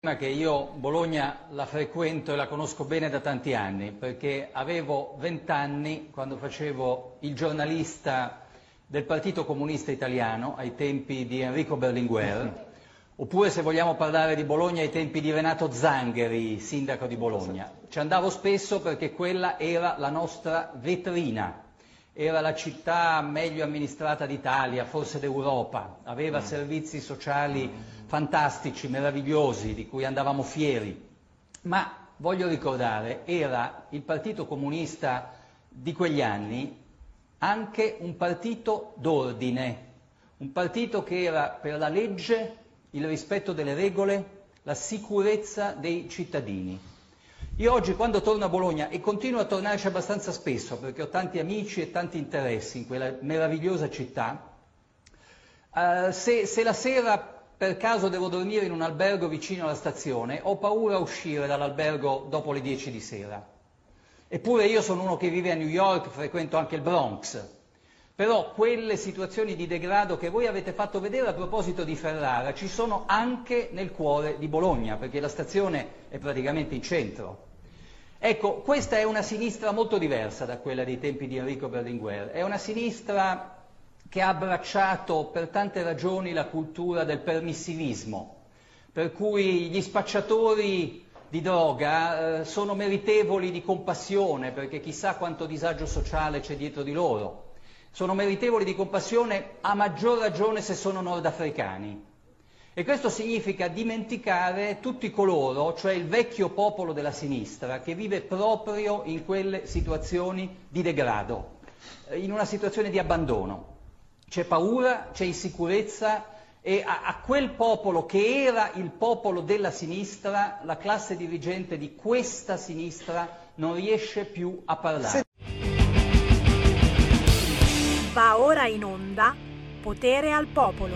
Che io Bologna la frequento e la conosco bene da tanti anni, perché avevo 20 anni quando facevo il giornalista del Partito Comunista Italiano ai tempi di Enrico Berlinguer, oppure se vogliamo parlare di Bologna ai tempi di Renato Zangheri, sindaco di Bologna. Ci andavo spesso perché quella era la nostra vetrina, era la città meglio amministrata d'Italia, forse d'Europa, aveva servizi sociali fantastici, meravigliosi, di cui andavamo fieri. Ma, voglio ricordare, era il Partito Comunista di quegli anni anche un partito d'ordine, un partito che era per la legge, il rispetto delle regole, la sicurezza dei cittadini. Io oggi quando torno a Bologna, e continuo a tornarci abbastanza spesso perché ho tanti amici e tanti interessi in quella meravigliosa città, se la sera per caso devo dormire in un albergo vicino alla stazione, ho paura a uscire dall'albergo dopo le 10 di sera. Eppure io sono uno che vive a New York, frequento anche il Bronx. Però quelle situazioni di degrado che voi avete fatto vedere a proposito di Ferrara ci sono anche nel cuore di Bologna, perché la stazione è praticamente in centro. Ecco, questa è una sinistra molto diversa da quella dei tempi di Enrico Berlinguer. È una sinistra che ha abbracciato per tante ragioni la cultura del permissivismo, per cui gli spacciatori di droga sono meritevoli di compassione, perché chissà quanto disagio sociale c'è dietro di loro. Sono meritevoli di compassione a maggior ragione se sono nordafricani. E questo significa dimenticare tutti coloro, cioè il vecchio popolo della sinistra, che vive proprio in quelle situazioni di degrado, in una situazione di abbandono. C'è paura, c'è insicurezza e a quel popolo che era il popolo della sinistra, la classe dirigente di questa sinistra non riesce più a parlare. Va ora in onda Potere al Popolo.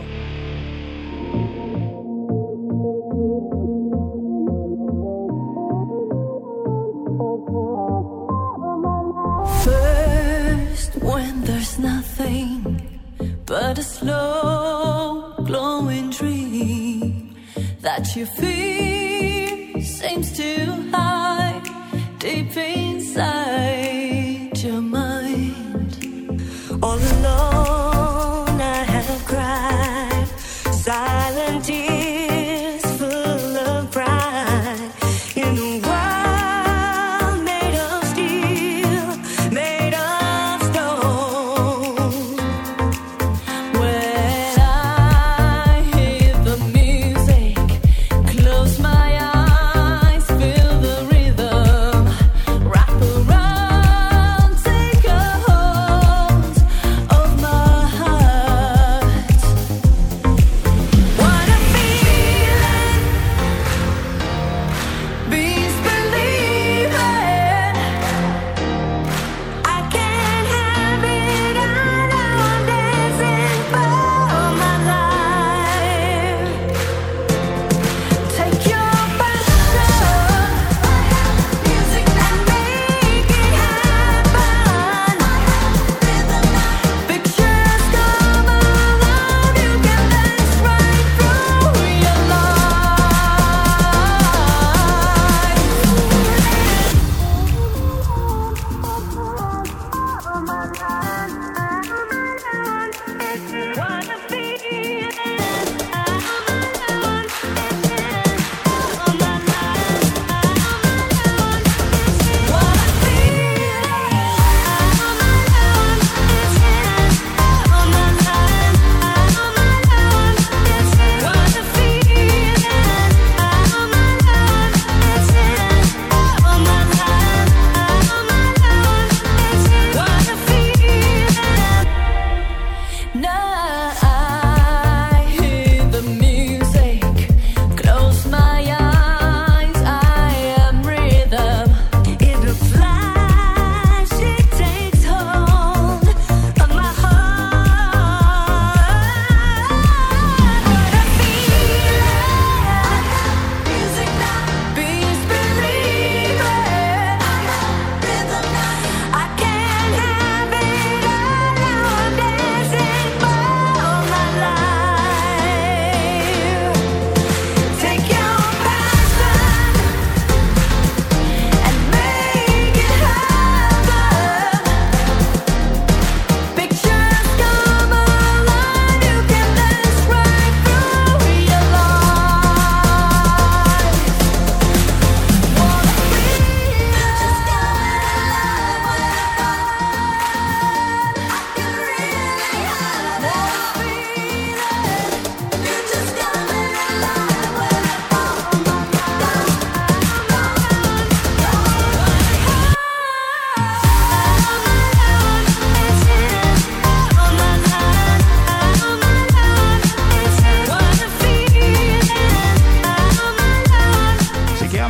First, when there's nothing but a slow glowing dream that you feel seems to hide deep inside your mind. All alone I have cried silent tears full of pride in a world made of steel, made of stone. When I hear the music, close my eyes, feel the rhythm, rock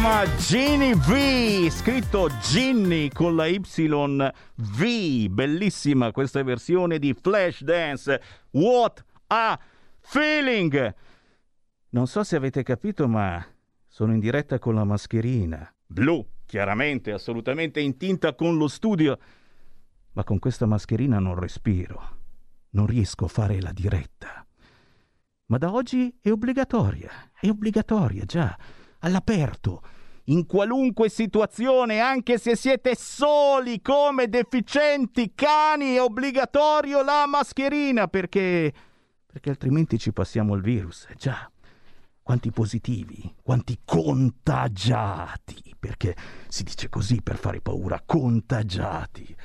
chiama Ginny V, scritto Ginny con la YV. Bellissima questa versione di Flashdance, What a Feeling. Non so se avete capito, ma sono in diretta con la mascherina blu, chiaramente, assolutamente in tinta con lo studio, ma con questa mascherina non respiro, non riesco a fare la diretta. Ma da oggi è obbligatoria già, all'aperto, in qualunque situazione, anche se siete soli come deficienti cani, è obbligatorio la mascherina, perché altrimenti ci passiamo il virus, già. Quanti positivi, quanti contagiati, perché si dice così per fare paura, contagiati.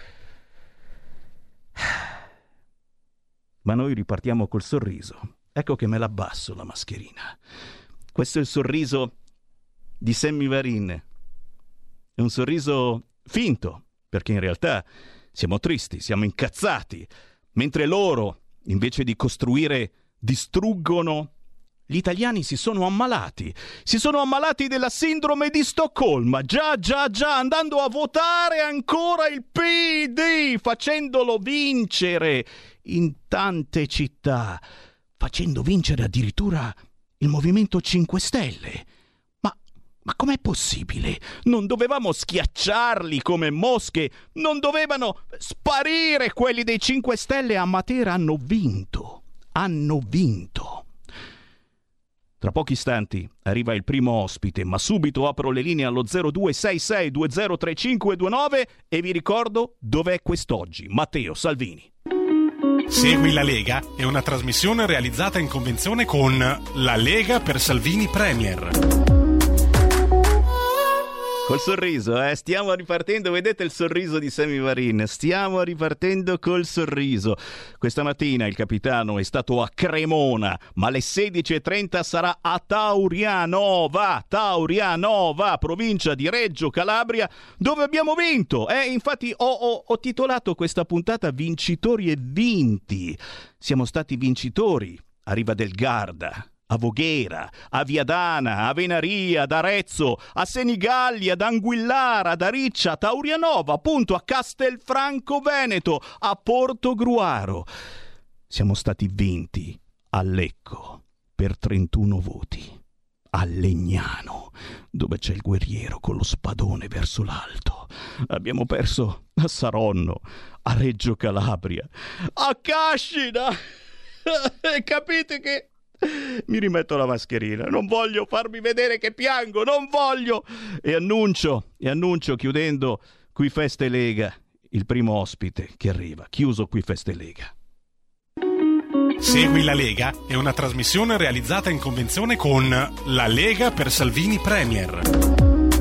Ma noi ripartiamo col sorriso. Ecco che me l'abbasso la mascherina. Questo è il sorriso di Sammy Varin. È un sorriso finto, perché in realtà siamo tristi, siamo incazzati, mentre loro, invece di costruire, distruggono. Gli italiani si sono ammalati della sindrome di Stoccolma, già, andando a votare ancora il PD, facendolo vincere in tante città, facendo vincere addirittura il Movimento 5 Stelle. Ma com'è possibile? Non dovevamo schiacciarli come mosche? Non dovevano sparire quelli dei 5 Stelle? A Matera hanno vinto. Tra pochi istanti arriva il primo ospite, ma subito apro le linee allo 0266203529 e vi ricordo dov'è quest'oggi. Matteo Salvini. Segui la Lega è una trasmissione realizzata in convenzione con La Lega per Salvini Premier. Col sorriso, stiamo ripartendo, vedete il sorriso di Sammy Varin, stiamo ripartendo col sorriso. Questa mattina il capitano è stato a Cremona, ma alle 16:30 sarà a Taurianova, provincia di Reggio Calabria, dove abbiamo vinto. Infatti ho titolato questa puntata Vincitori e Vinti. Siamo stati vincitori a Riva del Garda, a Voghera, a Viadana, a Venaria, ad Arezzo, a Senigallia, ad Anguillara, ad Ariccia, a Taurianova, appunto a Castelfranco Veneto, a Portogruaro. Siamo stati vinti a Lecco per 31 voti, a Legnano, dove c'è il guerriero con lo spadone verso l'alto. Abbiamo perso a Saronno, a Reggio Calabria, a Cascina. Capite che mi rimetto la mascherina, non voglio farmi vedere che piango, non voglio. E annuncio chiudendo Qui Feste Lega, il primo ospite che arriva. Chiuso Qui Feste Lega. Segui la Lega è una trasmissione realizzata in convenzione con La Lega per Salvini Premier.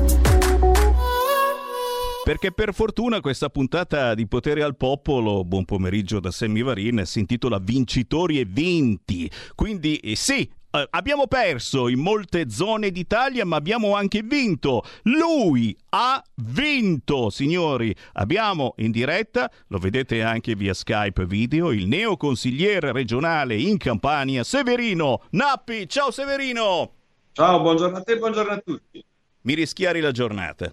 Perché per fortuna questa puntata di Potere al Popolo, buon pomeriggio da Sammy Varin, si intitola Vincitori e Vinti. Quindi sì, abbiamo perso in molte zone d'Italia, ma abbiamo anche vinto. Lui ha vinto, signori. Abbiamo in diretta, lo vedete anche via Skype video, il neoconsigliere regionale in Campania, Severino Nappi. Ciao Severino! Ciao, buongiorno a te, buongiorno a tutti. Mi rischiari la giornata?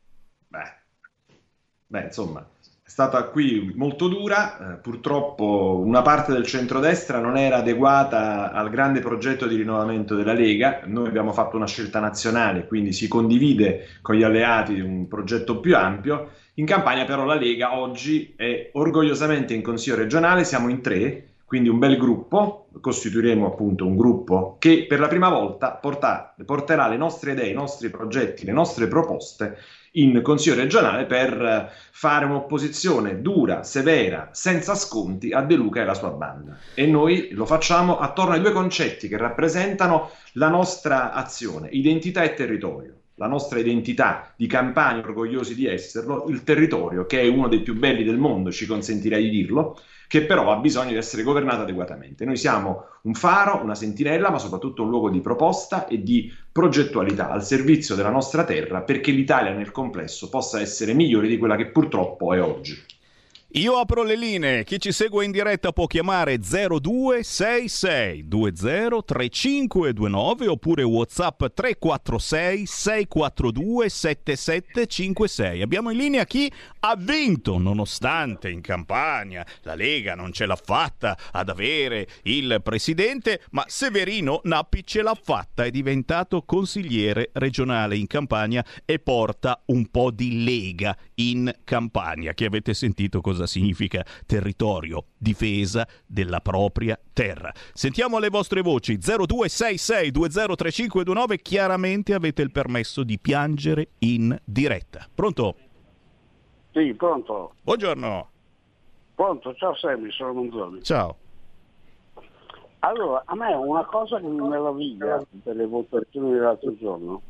Beh, insomma, è stata qui molto dura, purtroppo una parte del centrodestra non era adeguata al grande progetto di rinnovamento della Lega. Noi abbiamo fatto una scelta nazionale, quindi si condivide con gli alleati un progetto più ampio. In Campania però la Lega oggi è orgogliosamente in Consiglio regionale, siamo in 3, quindi un bel gruppo, costituiremo appunto un gruppo che per la prima volta porterà le nostre idee, i nostri progetti, le nostre proposte in Consiglio regionale per fare un'opposizione dura, severa, senza sconti a De Luca e la sua banda. E noi lo facciamo attorno ai due concetti che rappresentano la nostra azione, identità e territorio. La nostra identità di Campania, orgogliosi di esserlo, il territorio che è uno dei più belli del mondo, ci consentirei di dirlo, che però ha bisogno di essere governato adeguatamente. Noi siamo un faro, una sentinella, ma soprattutto un luogo di proposta e di progettualità al servizio della nostra terra, perché l'Italia nel complesso possa essere migliore di quella che purtroppo è oggi. Io apro le linee, chi ci segue in diretta può chiamare 0266 20 3529 oppure WhatsApp 346 642 7756. Abbiamo in linea chi ha vinto, nonostante in campagna la Lega non ce l'ha fatta ad avere il presidente, ma Severino Nappi ce l'ha fatta, è diventato consigliere regionale in Campania e porta un po' di Lega in Campania, che avete sentito cosa significa territorio, difesa della propria terra. Sentiamo le vostre voci 0266 203529. Chiaramente avete il permesso di piangere in diretta. Pronto? Sì, pronto. Buongiorno. Pronto, ciao Sammy, sono Manzoni. Ciao. Allora, a me una cosa che mi meraviglia delle votazioni dell'altro giorno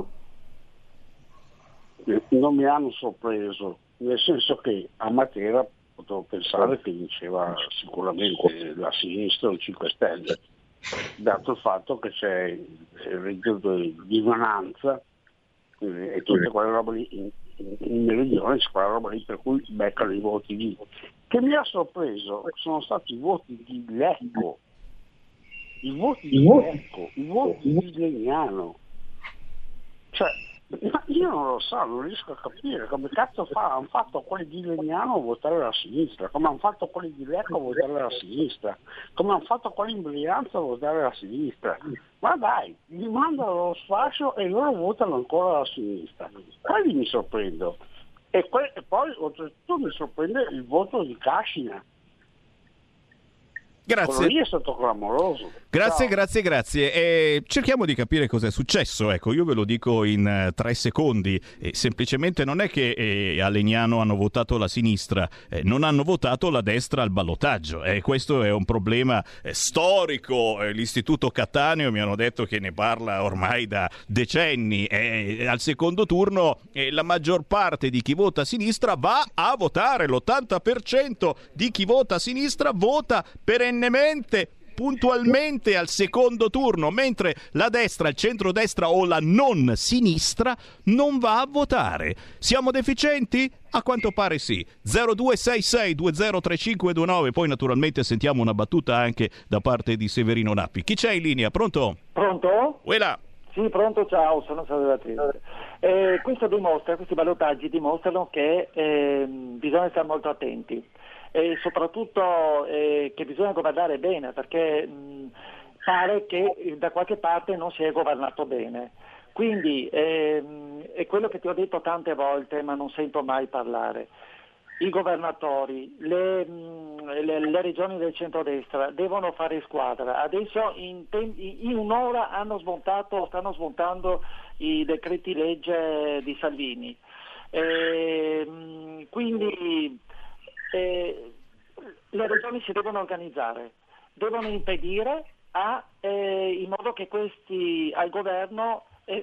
non mi hanno sorpreso, nel senso che a Matera potevo pensare che vinceva sicuramente la sinistra o il 5 Stelle, dato il fatto che c'è il reddito di mananza e tutte quelle robe lì in meridione, c'è quella roba lì per cui beccano i voti lì. Che mi ha sorpreso sono stati i voti di Lecco, i voti di Legnano. Cioè, ma io non lo so, non riesco a capire come cazzo hanno fatto quelli di Legnano a votare la sinistra, come hanno fatto quelli di Lecco a votare la sinistra, come hanno fatto quelli in Brianza a votare la sinistra. Ma dai, gli mandano lo sfascio e loro votano ancora la sinistra. Quelli mi sorprendo. E poi oltretutto mi sorprende il voto di Cascina. Grazie. Lì è stato clamoroso. Grazie. Cerchiamo di capire cosa è successo. Ecco, io ve lo dico in 3 secondi. Semplicemente non è che a Legnano hanno votato la sinistra, non hanno votato la destra al ballottaggio. Questo è un problema storico. L'Istituto Cattaneo mi hanno detto che ne parla ormai da decenni. Al secondo turno la maggior parte di chi vota a sinistra va a votare. L'80% di chi vota a sinistra vota perennemente, puntualmente al secondo turno, mentre la destra, il centrodestra o la non sinistra non va a votare. Siamo deficienti? A quanto pare sì. 0266 203529. Poi naturalmente sentiamo una battuta anche da parte di Severino Nappi. Chi c'è in linea? Pronto? Pronto? Uela. Sì, pronto, ciao, sono Salvatore. Questi ballottaggi dimostrano che bisogna stare molto attenti. E soprattutto che bisogna governare bene, perché pare che da qualche parte non si è governato bene. Quindi è quello che ti ho detto tante volte, ma non sento mai parlare. I governatori, le regioni del centrodestra devono fare squadra. Adesso in un'ora stanno smontando i decreti legge di Salvini. Quindi le regioni si devono organizzare, devono impedire in modo che questi al governo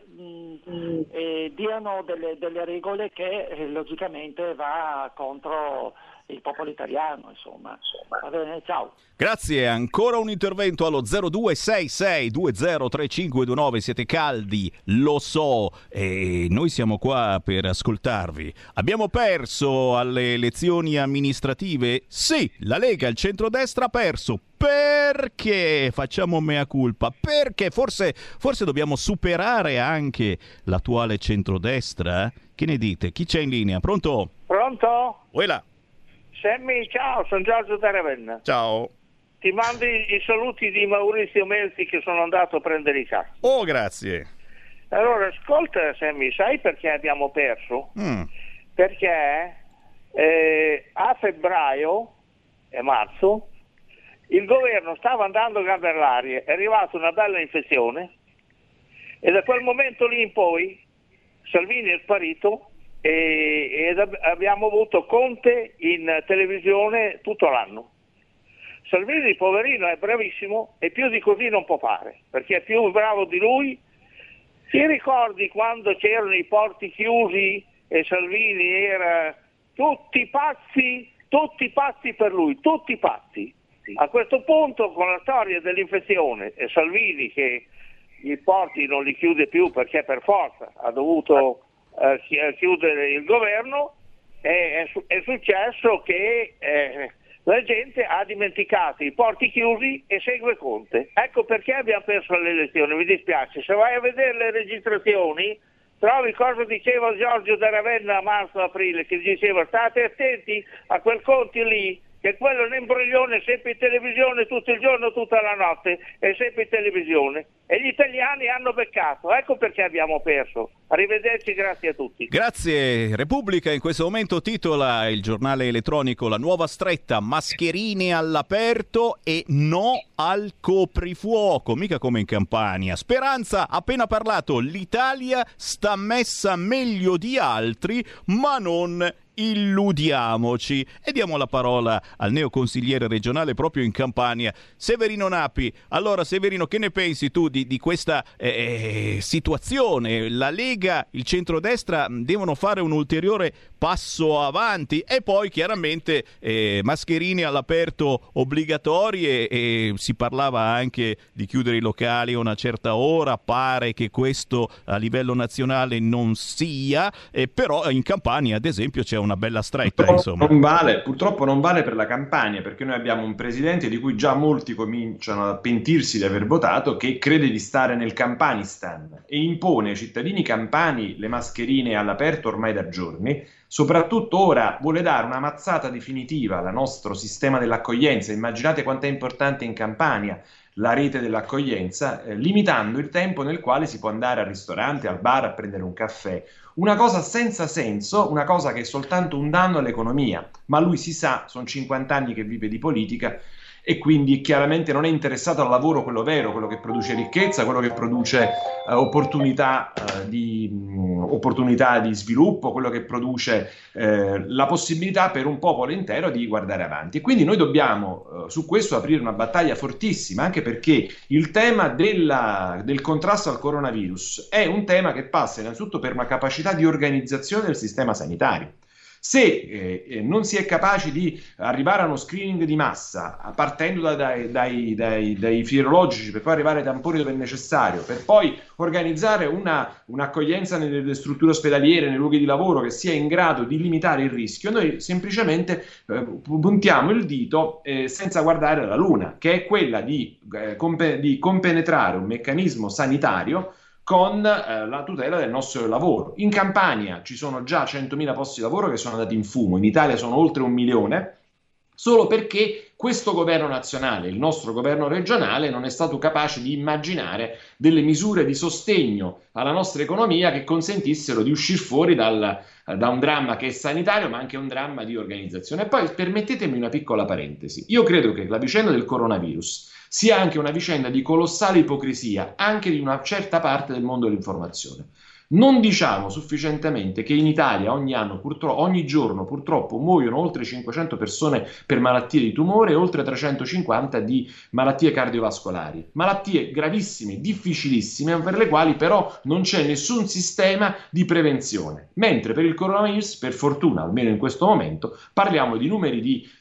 diano delle regole che logicamente va contro il popolo italiano, insomma. Va bene, ciao. Grazie, ancora un intervento allo 0266 203529. Siete caldi, lo so, e noi siamo qua per ascoltarvi. Abbiamo perso alle elezioni amministrative? Sì, la Lega, il centrodestra ha perso. Perché? Facciamo mea culpa. Perché forse dobbiamo superare anche l'attuale centrodestra? Che ne dite? Chi c'è in linea? Pronto? Pronto? Uela. Sammy, ciao, sono Giorgio da Ravenna. Ciao. Ti mando i saluti di Maurizio Melzi che sono andato a prendere i sassi. Oh, grazie. Allora, ascolta Sammy, sai perché abbiamo perso? Perché a febbraio e marzo il governo stava andando a gambe all'aria, è arrivata una bella infezione e da quel momento lì in poi Salvini è sparito e abbiamo avuto Conte in televisione tutto l'anno. Salvini, poverino, è bravissimo e più di così non può fare, perché è più bravo di lui. Ti ricordi quando c'erano i porti chiusi e Salvini era tutti pazzi per lui, tutti pazzi. A questo punto, con la storia dell'infezione e Salvini che i porti non li chiude più perché per forza ha dovuto chiudere il governo, è successo che la gente ha dimenticato i porti chiusi e segue Conte. Ecco perché abbiamo perso le elezioni, mi dispiace. Se vai a vedere le registrazioni trovi cosa diceva Giorgio da Ravenna a marzo-aprile, che diceva state attenti a quel Conte lì, che quello è un imbroglione, sempre in televisione tutto il giorno, tutta la notte, è sempre in televisione. E gli italiani hanno beccato, ecco perché abbiamo perso. Arrivederci, grazie a tutti. Grazie. Repubblica in questo momento titola, il giornale elettronico, la nuova stretta, mascherine all'aperto e no al coprifuoco, mica come in Campania. Speranza ha appena parlato, l'Italia sta messa meglio di altri, ma non illudiamoci. E diamo la parola al neoconsigliere regionale proprio in Campania, Severino Nappi. Allora Severino, che ne pensi tu di questa situazione? La Lega, il centrodestra devono fare un ulteriore passo avanti e poi chiaramente mascherine all'aperto obbligatorie, e si parlava anche di chiudere i locali a una certa ora. Pare che questo a livello nazionale non sia, però in Campania ad esempio c'è una bella stretta, insomma. Purtroppo non vale per la Campania, perché noi abbiamo un presidente di cui già molti cominciano a pentirsi di aver votato, che crede di stare nel Campanistan e impone ai cittadini campani le mascherine all'aperto ormai da giorni. Soprattutto ora vuole dare una mazzata definitiva al nostro sistema dell'accoglienza. Immaginate quanto è importante in Campania la rete dell'accoglienza, limitando il tempo nel quale si può andare al ristorante, al bar, a prendere un caffè. Una cosa senza senso, una cosa che è soltanto un danno all'economia. Ma lui, si sa, sono 50 anni che vive di politica e quindi chiaramente non è interessato al lavoro, quello vero, quello che produce ricchezza, quello che produce opportunità di sviluppo, quello che produce la possibilità per un popolo intero di guardare avanti. E quindi noi dobbiamo su questo aprire una battaglia fortissima, anche perché il tema del contrasto al coronavirus è un tema che passa innanzitutto per una capacità di organizzazione del sistema sanitario. Se non si è capaci di arrivare a uno screening di massa, partendo dai fierologici, per poi arrivare ai tamponi dove è necessario, per poi organizzare un'accoglienza nelle strutture ospedaliere, nei luoghi di lavoro che sia in grado di limitare il rischio, noi semplicemente puntiamo il dito senza guardare alla luna, che è quella di compenetrare un meccanismo sanitario con la tutela del nostro lavoro. In Campania ci sono già 100.000 posti di lavoro che sono andati in fumo, in Italia sono oltre 1 milione, solo perché questo governo nazionale, il nostro governo regionale, non è stato capace di immaginare delle misure di sostegno alla nostra economia che consentissero di uscire fuori da un dramma che è sanitario, ma anche un dramma di organizzazione. E poi permettetemi una piccola parentesi. Io credo che la vicenda del coronavirus sia anche una vicenda di colossale ipocrisia, anche di una certa parte del mondo dell'informazione. Non diciamo sufficientemente che in Italia ogni giorno purtroppo muoiono oltre 500 persone per malattie di tumore e oltre 350 di malattie cardiovascolari. Malattie gravissime, difficilissime, per le quali però non c'è nessun sistema di prevenzione. Mentre per il coronavirus, per fortuna, almeno in questo momento, parliamo di numeri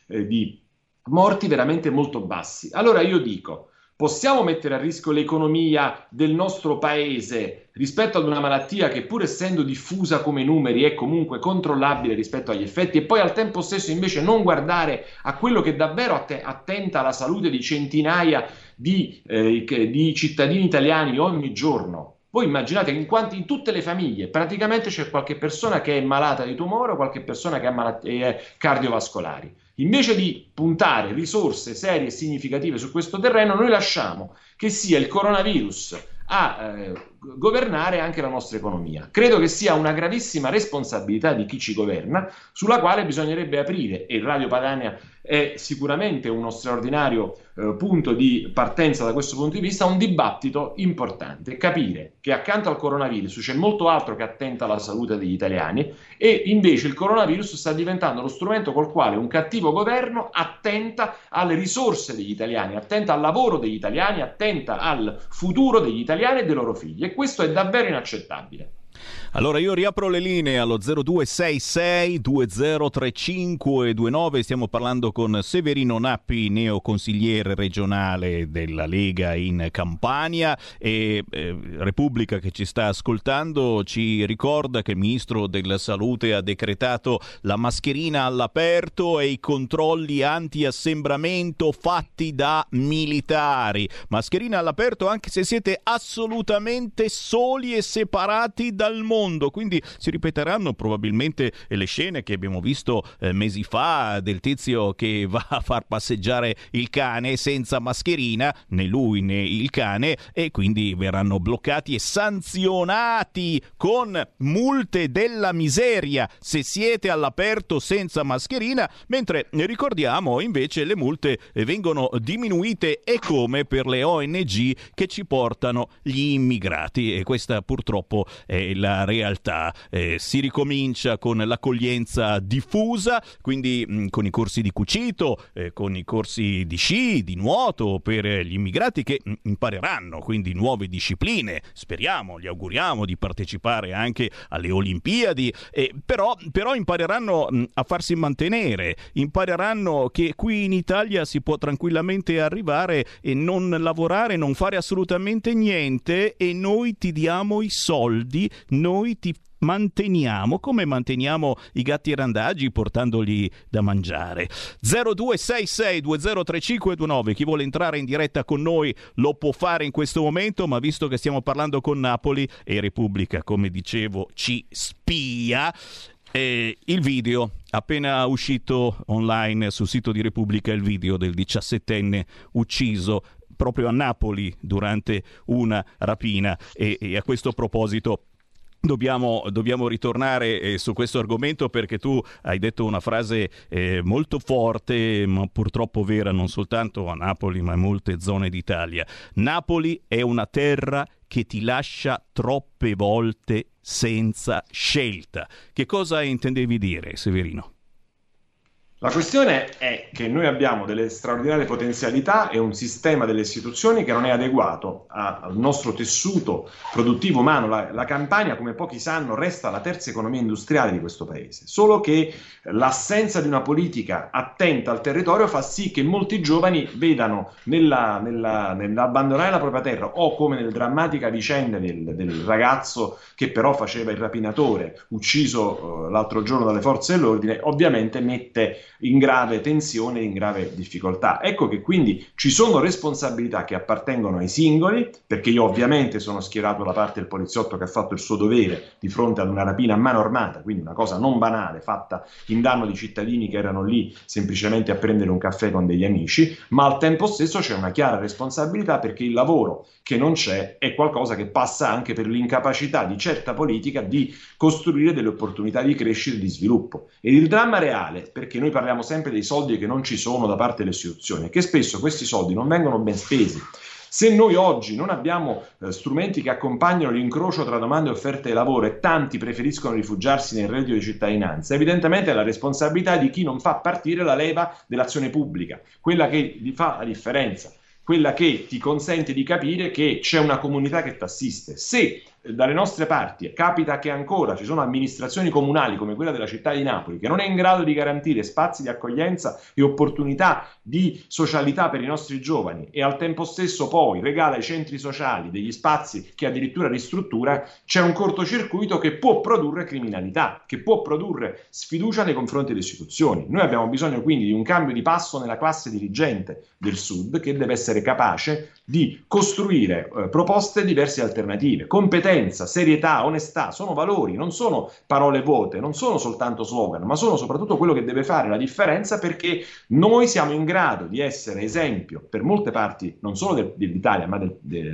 di morti veramente molto bassi. Allora io dico, possiamo mettere a rischio l'economia del nostro paese rispetto ad una malattia che, pur essendo diffusa come numeri, è comunque controllabile rispetto agli effetti, e poi al tempo stesso invece non guardare a quello che davvero attenta alla salute di centinaia di cittadini italiani ogni giorno? Voi immaginate che in tutte le famiglie praticamente c'è qualche persona che è malata di tumore o qualche persona che ha malattie cardiovascolari. Invece di puntare risorse serie e significative su questo terreno, noi lasciamo che sia il coronavirus a governare anche la nostra economia. Credo che sia una gravissima responsabilità di chi ci governa, sulla quale bisognerebbe aprire, e Radio Padania è sicuramente uno straordinario punto di partenza da questo punto di vista, un dibattito importante, capire che accanto al coronavirus c'è molto altro che attenta alla salute degli italiani, e invece il coronavirus sta diventando lo strumento col quale un cattivo governo attenta alle risorse degli italiani, attenta al lavoro degli italiani, attenta al futuro degli italiani e dei loro figli, e questo è davvero inaccettabile. Allora io riapro le linee allo 0266 203529, stiamo parlando con Severino Nappi, neoconsigliere regionale della Lega in Campania, e Repubblica che ci sta ascoltando ci ricorda che il Ministro della Salute ha decretato la mascherina all'aperto e i controlli anti-assembramento fatti da militari. Mascherina all'aperto anche se siete assolutamente soli e separati dal mondo. Quindi si ripeteranno probabilmente le scene che abbiamo visto mesi fa del tizio che va a far passeggiare il cane senza mascherina, né lui né il cane, e quindi verranno bloccati e sanzionati con multe della miseria se siete all'aperto senza mascherina, mentre ricordiamo invece le multe vengono diminuite, e come per le ONG che ci portano gli immigrati, e questa purtroppo è la realtà. Si ricomincia con l'accoglienza diffusa, quindi con i corsi di cucito, con i corsi di sci, di nuoto per gli immigrati che impareranno quindi nuove discipline. Speriamo, gli auguriamo di partecipare anche alle Olimpiadi, però impareranno a farsi mantenere, impareranno che qui in Italia si può tranquillamente arrivare e non lavorare, non fare assolutamente niente, e noi ti diamo i soldi, noi ti manteniamo come manteniamo i gatti randagi portandoli da mangiare. 0266 203529, chi vuole entrare in diretta con noi lo può fare in questo momento, ma visto che stiamo parlando con Napoli e Repubblica, come dicevo, ci spia, il video appena uscito online sul sito di Repubblica, il video del 17enne ucciso proprio a Napoli durante una rapina, e a questo proposito Dobbiamo ritornare su questo argomento, perché tu hai detto una frase molto forte, ma purtroppo vera, non soltanto a Napoli ma in molte zone d'Italia. Napoli è una terra che ti lascia troppe volte senza scelta. Che cosa intendevi dire, Severino? La questione è che noi abbiamo delle straordinarie potenzialità e un sistema delle istituzioni che non è adeguato al nostro tessuto produttivo umano. La Campania, come pochi sanno, resta la terza economia industriale di questo paese, solo che l'assenza di una politica attenta al territorio fa sì che molti giovani vedano nell'abbandonare la propria terra, o come nella drammatica vicenda del ragazzo che però faceva il rapinatore, ucciso l'altro giorno dalle forze dell'ordine, ovviamente mette in grave tensione, in grave difficoltà. Ecco che quindi ci sono responsabilità che appartengono ai singoli, perché io ovviamente sono schierato dalla parte del poliziotto che ha fatto il suo dovere di fronte ad una rapina a mano armata, quindi una cosa non banale fatta in danno di cittadini che erano lì semplicemente a prendere un caffè con degli amici, ma al tempo stesso c'è una chiara responsabilità, perché il lavoro che non c'è è qualcosa che passa anche per l'incapacità di certa politica di costruire delle opportunità di crescita e di sviluppo. Ed il dramma reale, perché noi parliamo sempre dei soldi che non ci sono da parte delle istituzioni, è che spesso questi soldi non vengono ben spesi. Se noi oggi non abbiamo strumenti che accompagnano l'incrocio tra domande e offerte di lavoro, e tanti preferiscono rifugiarsi nel reddito di cittadinanza, evidentemente è la responsabilità di chi non fa partire la leva dell'azione pubblica, quella che gli fa la differenza, quella che ti consente di capire che c'è una comunità che ti assiste. Se dalle nostre parti capita che ancora ci sono amministrazioni comunali come quella della città di Napoli che non è in grado di garantire spazi di accoglienza e opportunità di socialità per i nostri giovani, e al tempo stesso poi regala ai centri sociali degli spazi che addirittura ristruttura, c'è un cortocircuito che può produrre criminalità, che può produrre sfiducia nei confronti delle istituzioni. Noi abbiamo bisogno quindi di un cambio di passo nella classe dirigente del Sud, che deve essere capace di costruire proposte diverse e alternative. Competenza, serietà, onestà sono valori, non sono parole vuote, non sono soltanto slogan, ma sono soprattutto quello che deve fare la differenza, perché noi siamo in grado di essere esempio per molte parti, non solo dell'Italia ma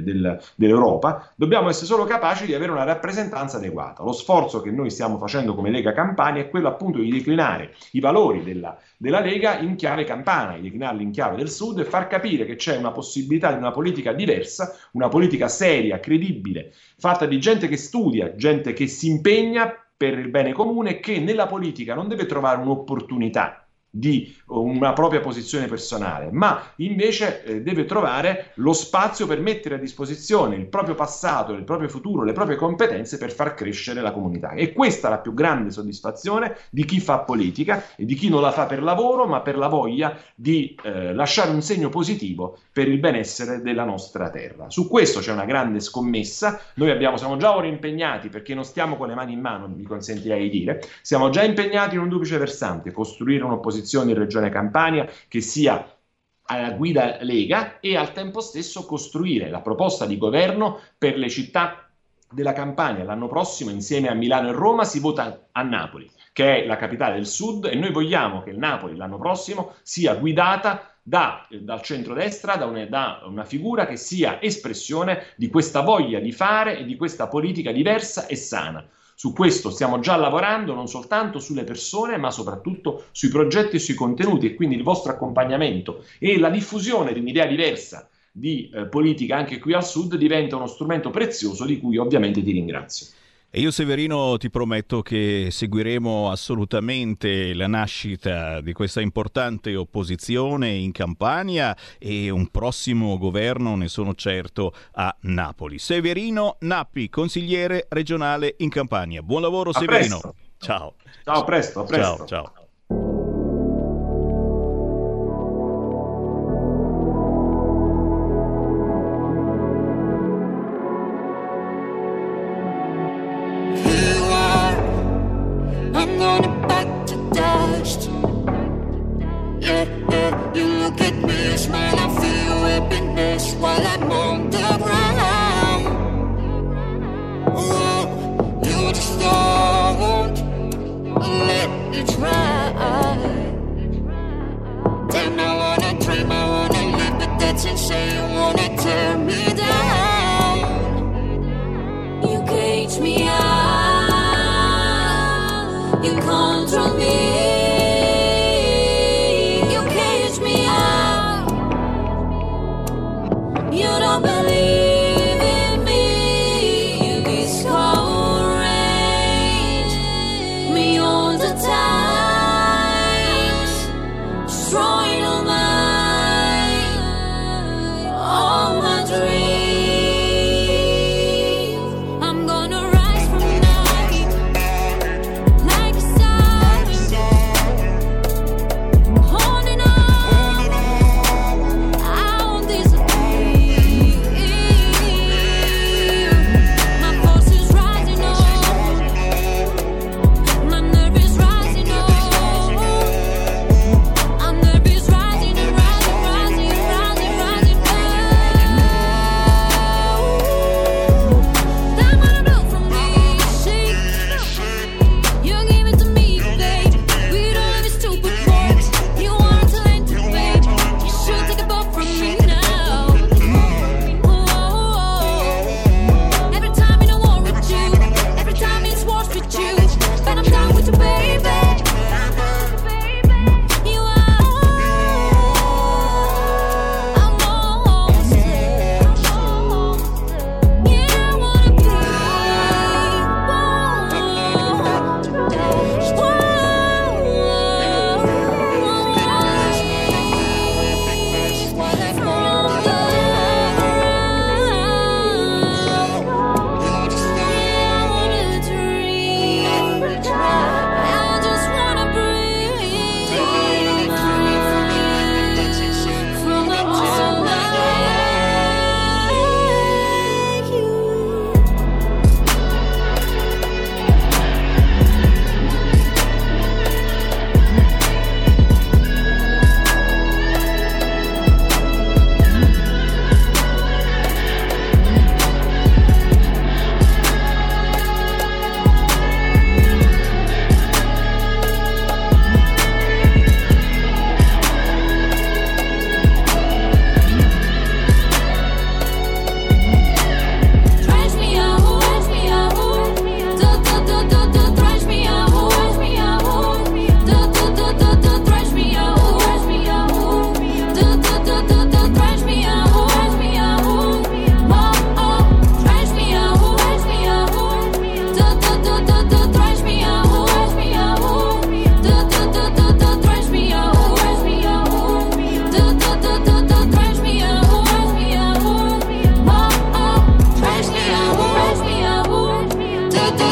dell'Europa. Dobbiamo essere solo capaci di avere una rappresentanza adeguata. Lo sforzo che noi stiamo facendo come Lega Campania è quello appunto di declinare i valori della Lega in chiave campana, di declinarli in chiave del Sud, e far capire che c'è una possibilità di una politica diversa, una politica seria, credibile, fatta di gente che studia, gente che si impegna per il bene comune, che nella politica non deve trovare un'opportunità di una propria posizione personale, ma invece deve trovare lo spazio per mettere a disposizione il proprio passato, il proprio futuro, le proprie competenze per far crescere la comunità. E questa è la più grande soddisfazione di chi fa politica e di chi non la fa per lavoro, ma per la voglia di lasciare un segno positivo per il benessere della nostra terra. Su questo c'è una grande scommessa. Noi siamo già ora impegnati, perché non stiamo con le mani in mano, mi consentirei di dire, siamo già impegnati in un duplice versante: costruire un'opposizione in Regione Campania che sia alla guida Lega e al tempo stesso costruire la proposta di governo per le città della Campania. L'anno prossimo, insieme a Milano e Roma, si vota a Napoli, che è la capitale del Sud, e noi vogliamo che il Napoli l'anno prossimo sia guidata dal centrodestra, da una figura che sia espressione di questa voglia di fare e di questa politica diversa e sana. Su questo stiamo già lavorando, non soltanto sulle persone, ma soprattutto sui progetti e sui contenuti, e quindi il vostro accompagnamento e la diffusione di un'idea diversa di politica anche qui al Sud diventa uno strumento prezioso, di cui ovviamente ti ringrazio. E io, Severino, ti prometto che seguiremo assolutamente la nascita di questa importante opposizione in Campania e un prossimo governo, ne sono certo, a Napoli. Severino Nappi, consigliere regionale in Campania. Buon lavoro, Severino. Presto. Ciao. Ciao, a presto. Ciao. While I'm on the ground, oh, you just don't let it ride. Then I wanna dream, I wanna live, but that's insane. You wanna tear me down. You cage me out, you control me. Believe in me, you discourage me all the time, destroying all my dreams. I'm gonna rise from the night like a star.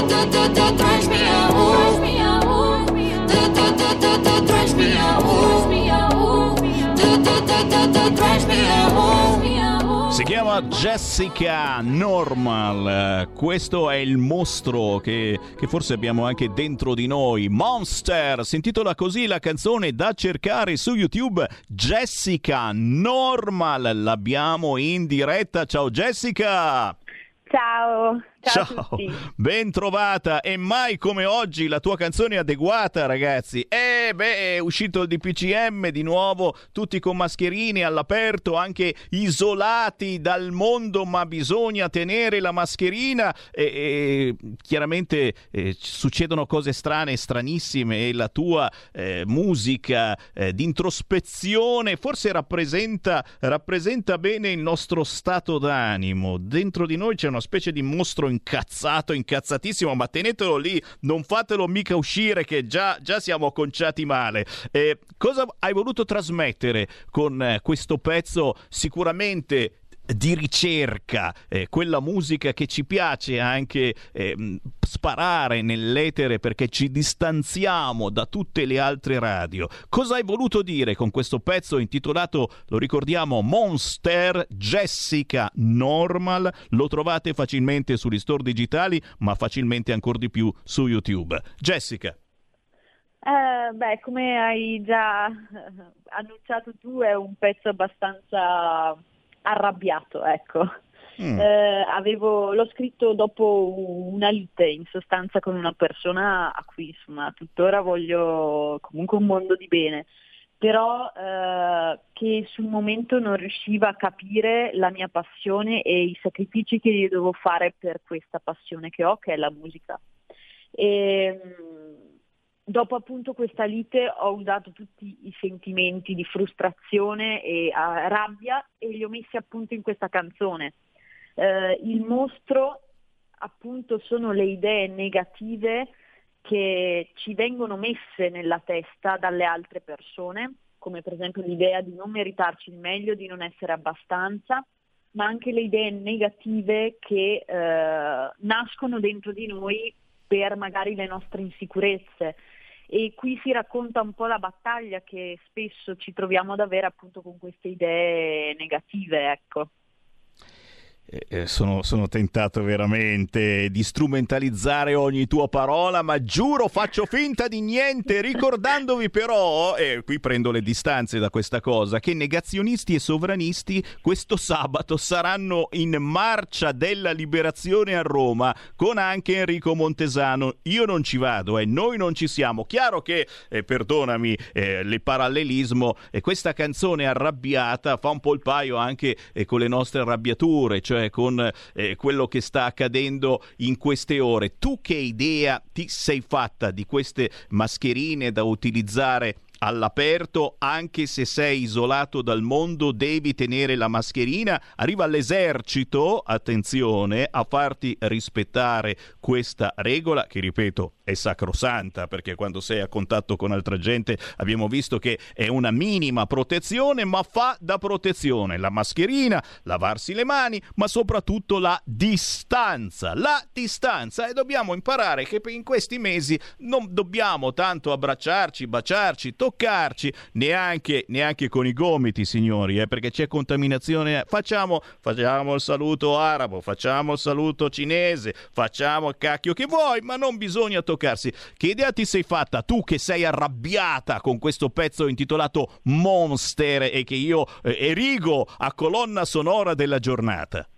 Thrash me out, thrash me out. Si chiama Jessica Normal, questo è il mostro che forse abbiamo anche dentro di noi, Monster, si intitola così la canzone, da cercare su YouTube, Jessica Normal, l'abbiamo in diretta, ciao Jessica! Ciao a tutti. Ben trovata, e mai come oggi la tua canzone è adeguata, ragazzi. È uscito il DPCM di nuovo, tutti con mascherine all'aperto, anche isolati dal mondo, ma bisogna tenere la mascherina e chiaramente succedono cose strane, stranissime, e la tua musica di introspezione forse rappresenta bene il nostro stato d'animo. Dentro di noi c'è una specie di mostro incazzatissimo, ma tenetelo lì, non fatelo mica uscire, che già siamo conciati male. Cosa hai voluto trasmettere con questo pezzo sicuramente di ricerca, quella musica che ci piace anche sparare nell'etere perché ci distanziamo da tutte le altre radio? Cosa hai voluto dire con questo pezzo intitolato, lo ricordiamo, Monster, Jessica Normal? Lo trovate facilmente sugli store digitali, ma facilmente ancora di più su YouTube. Jessica. Come hai già annunciato tu, è un pezzo abbastanza arrabbiato, ecco. L'ho scritto dopo una lite in sostanza con una persona a cui insomma tuttora voglio comunque un mondo di bene, però che sul momento non riusciva a capire la mia passione e i sacrifici che io devo fare per questa passione che ho, che è la musica. E dopo appunto questa lite ho usato tutti i sentimenti di frustrazione e rabbia e li ho messi appunto in questa canzone. Il mostro appunto sono le idee negative che ci vengono messe nella testa dalle altre persone, come per esempio l'idea di non meritarci il meglio, di non essere abbastanza, ma anche le idee negative che nascono dentro di noi per magari le nostre insicurezze. E qui si racconta un po' la battaglia che spesso ci troviamo ad avere appunto con queste idee negative, ecco. Sono tentato veramente di strumentalizzare ogni tua parola, ma giuro faccio finta di niente, ricordandovi però, e qui prendo le distanze da questa cosa, che negazionisti e sovranisti questo sabato saranno in Marcia della Liberazione a Roma con anche Enrico Montesano. Io non ci vado, noi non ci siamo. Chiaro che, perdonami il parallelismo, questa canzone arrabbiata fa un po' il paio anche con le nostre arrabbiature, cioè con quello che sta accadendo in queste ore. Tu che idea ti sei fatta di queste mascherine da utilizzare all'aperto? Anche se sei isolato dal mondo devi tenere la mascherina. Arriva l'esercito, attenzione, a farti rispettare questa regola che, ripeto, è sacrosanta, perché quando sei a contatto con altra gente abbiamo visto che è una minima protezione, ma fa da protezione la mascherina, lavarsi le mani, ma soprattutto la distanza, e dobbiamo imparare che in questi mesi non dobbiamo tanto abbracciarci, baciarci, toccarci, neanche con i gomiti, signori, perché c'è contaminazione. Facciamo il saluto arabo, facciamo il saluto cinese, facciamo il cacchio che vuoi, ma non bisogna toccarsi. Che idea ti sei fatta tu che sei arrabbiata con questo pezzo intitolato Monster e che io erigo a colonna sonora della giornata?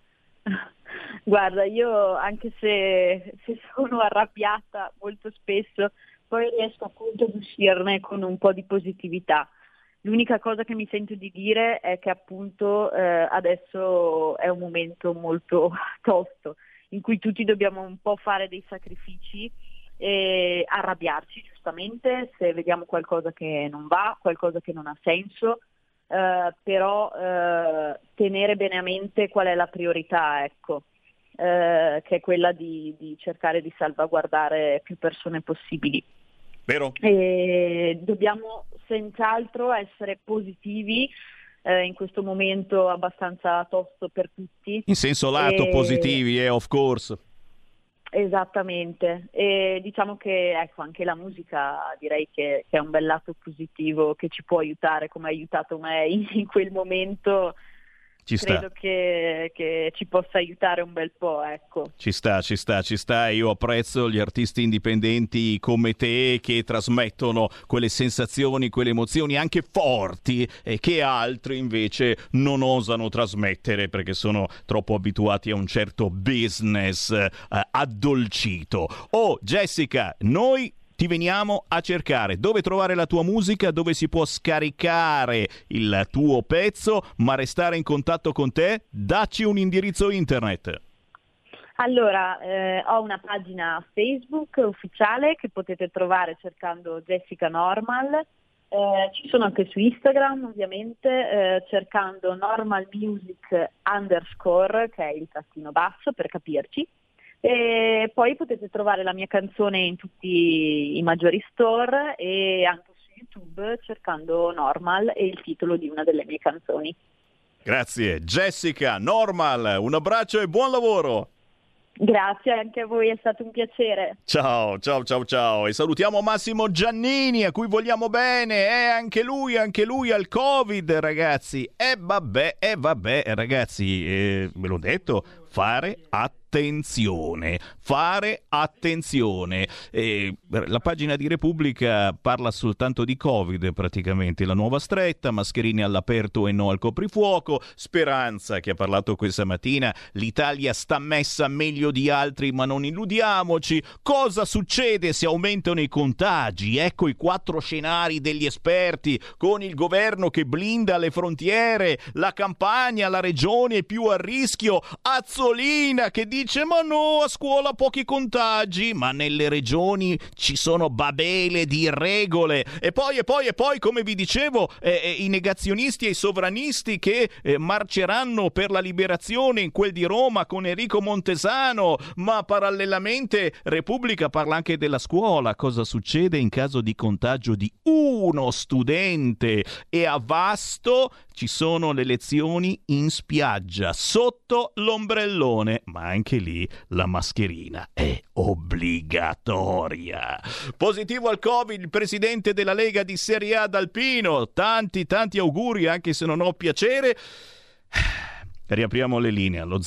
Guarda, io anche se sono arrabbiata molto spesso, poi riesco appunto ad uscirne con un po' di positività. L'unica cosa che mi sento di dire è che appunto adesso è un momento molto tosto in cui tutti dobbiamo un po' fare dei sacrifici e arrabbiarci giustamente se vediamo qualcosa che non va, qualcosa che non ha senso, però tenere bene a mente qual è la priorità, ecco, che è quella di cercare di salvaguardare più persone possibili. Vero? E dobbiamo senz'altro essere positivi in questo momento abbastanza tosto per tutti. In senso lato, positivi, of course. Esattamente, e diciamo che ecco, anche la musica direi che è un bel lato positivo che ci può aiutare, come ha aiutato me in quel momento. Credo che ci possa aiutare un bel po', ecco. Ci sta. Io apprezzo gli artisti indipendenti come te che trasmettono quelle sensazioni, quelle emozioni anche forti e che altri invece non osano trasmettere perché sono troppo abituati a un certo business addolcito. Oh, Jessica, noi ti veniamo a cercare. Dove trovare la tua musica, dove si può scaricare il tuo pezzo, ma restare in contatto con te? Dacci un indirizzo internet. Allora, ho una pagina Facebook ufficiale che potete trovare cercando Jessica Normal. Ci sono anche su Instagram, ovviamente, cercando Normal Music _ che è il trattino basso per capirci. E poi potete trovare la mia canzone in tutti i maggiori store e anche su YouTube cercando Normal e il titolo di una delle mie canzoni. Grazie Jessica Normal, un abbraccio e buon lavoro. Grazie anche a voi, è stato un piacere. Ciao. E salutiamo Massimo Giannini, a cui vogliamo bene. Anche lui al Covid, ragazzi. Vabbè, ragazzi, ve l'ho detto, fare attenzione. La pagina di Repubblica parla soltanto di Covid, praticamente. La nuova stretta, mascherine all'aperto e no al coprifuoco. Speranza, che ha parlato questa mattina, l'Italia sta messa meglio di altri, ma non illudiamoci. Cosa succede se aumentano i contagi? Ecco i 4 scenari degli esperti, con il governo che blinda le frontiere, la Campania, la regione più a rischio, Azzolina che dice ma no, a scuola pochi contagi, ma nelle regioni ci sono babele di regole. E poi, come vi dicevo, i negazionisti e i sovranisti che marceranno per la liberazione in quel di Roma con Enrico Montesano, ma parallelamente Repubblica parla anche della scuola. Cosa succede in caso di contagio di uno studente? E a Vasto ci sono le lezioni in spiaggia, sotto l'ombrellone, ma anche lì la mascherina è obbligatoria. Positivo al Covid il presidente della Lega di Serie A d'Alpino. Tanti auguri, anche se non ho piacere. Riapriamo le linee allo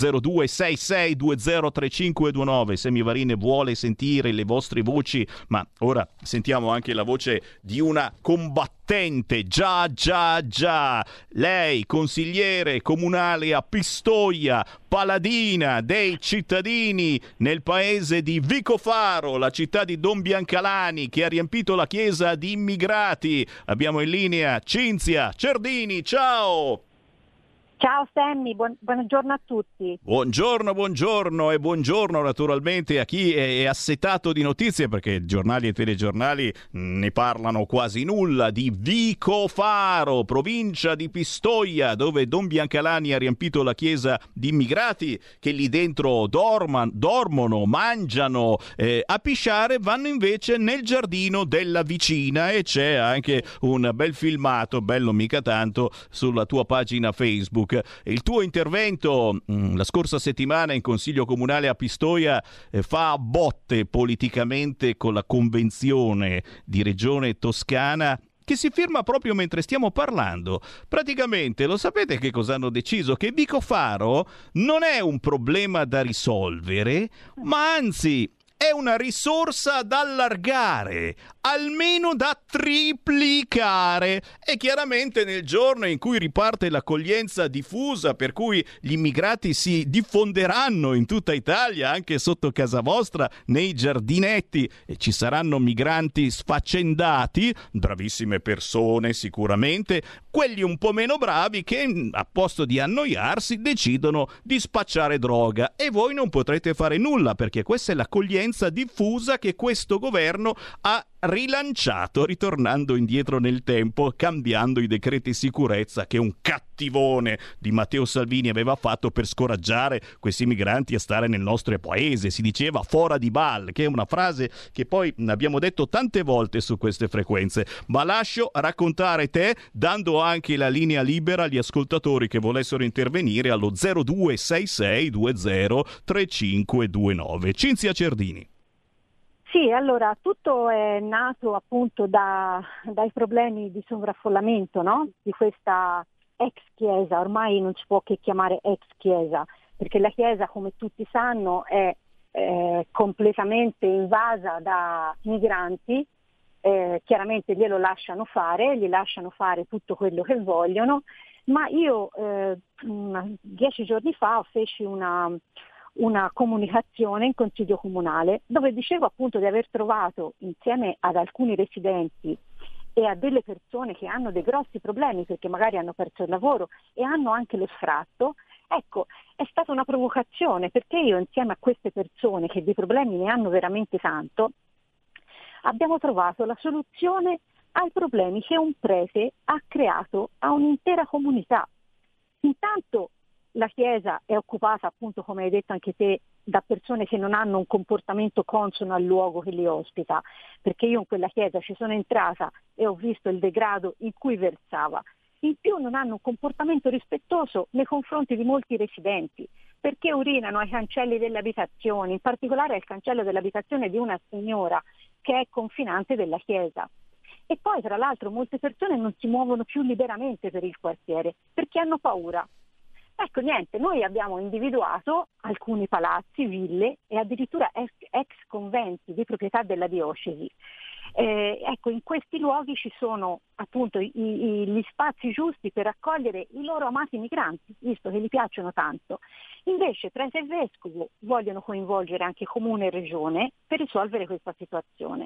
0266203529. Semivarine vuole sentire le vostre voci, ma ora sentiamo anche la voce di una combattente. Già. Lei, consigliere comunale a Pistoia, paladina dei cittadini nel paese di Vicofaro, la città di Don Biancalani, che ha riempito la chiesa di immigrati. Abbiamo in linea Cinzia Cerdini. Ciao! Ciao Sammy, buongiorno a tutti. Buongiorno e buongiorno naturalmente a chi è assetato di notizie, perché giornali e telegiornali ne parlano quasi nulla, di Vicofaro, provincia di Pistoia, dove Don Biancalani ha riempito la chiesa di immigrati che lì dentro dormono, mangiano, a pisciare vanno invece nel giardino della vicina, e c'è anche un bel filmato, bello mica tanto, sulla tua pagina Facebook. Il tuo intervento la scorsa settimana in Consiglio Comunale a Pistoia fa a botte politicamente con la convenzione di Regione Toscana, che si firma proprio mentre stiamo parlando. Praticamente, lo sapete che cosa hanno deciso? Che Vicofaro non è un problema da risolvere, ma anzi è una risorsa da allargare, almeno da triplicare. E chiaramente nel giorno in cui riparte l'accoglienza diffusa, per cui gli immigrati si diffonderanno in tutta Italia, anche sotto casa vostra, nei giardinetti, e ci saranno migranti sfaccendati, bravissime persone sicuramente, quelli un po' meno bravi che a posto di annoiarsi decidono di spacciare droga, e voi non potrete fare nulla, perché questa è l'accoglienza diffusa che questo governo ha rilanciato ritornando indietro nel tempo, cambiando i decreti sicurezza che un cattivone di Matteo Salvini aveva fatto per scoraggiare questi migranti a stare nel nostro paese. Si diceva fora di bal, che è una frase che poi abbiamo detto tante volte su queste frequenze, ma lascio raccontare te, dando anche la linea libera agli ascoltatori che volessero intervenire allo 0266203529. Cinzia Cerdini. Sì, allora tutto è nato appunto dai problemi di sovraffollamento, no? Di questa ex chiesa, ormai non si può che chiamare ex chiesa, perché la chiesa, come tutti sanno, è completamente invasa da migranti. Chiaramente glielo lasciano fare, gli lasciano fare tutto quello che vogliono, ma io 10 giorni fa feci una comunicazione in consiglio comunale dove dicevo appunto di aver trovato, insieme ad alcuni residenti e a delle persone che hanno dei grossi problemi perché magari hanno perso il lavoro e hanno anche lo sfratto, ecco, è stata una provocazione, perché io insieme a queste persone che di problemi ne hanno veramente tanto abbiamo trovato la soluzione ai problemi che un prete ha creato a un'intera comunità. Intanto la chiesa è occupata, appunto, come hai detto anche te, da persone che non hanno un comportamento consono al luogo che li ospita, perché io in quella chiesa ci sono entrata e ho visto il degrado in cui versava. In più non hanno un comportamento rispettoso nei confronti di molti residenti, perché urinano ai cancelli delle abitazioni, in particolare al cancello dell'abitazione di una signora che è confinante della chiesa. E poi tra l'altro molte persone non si muovono più liberamente per il quartiere perché hanno paura. Ecco, niente, noi abbiamo individuato alcuni palazzi, ville e addirittura ex conventi di proprietà della diocesi. Ecco, in questi luoghi ci sono appunto gli spazi giusti per accogliere i loro amati migranti, visto che gli piacciono tanto. Invece prete e vescovo vogliono coinvolgere anche comune e regione per risolvere questa situazione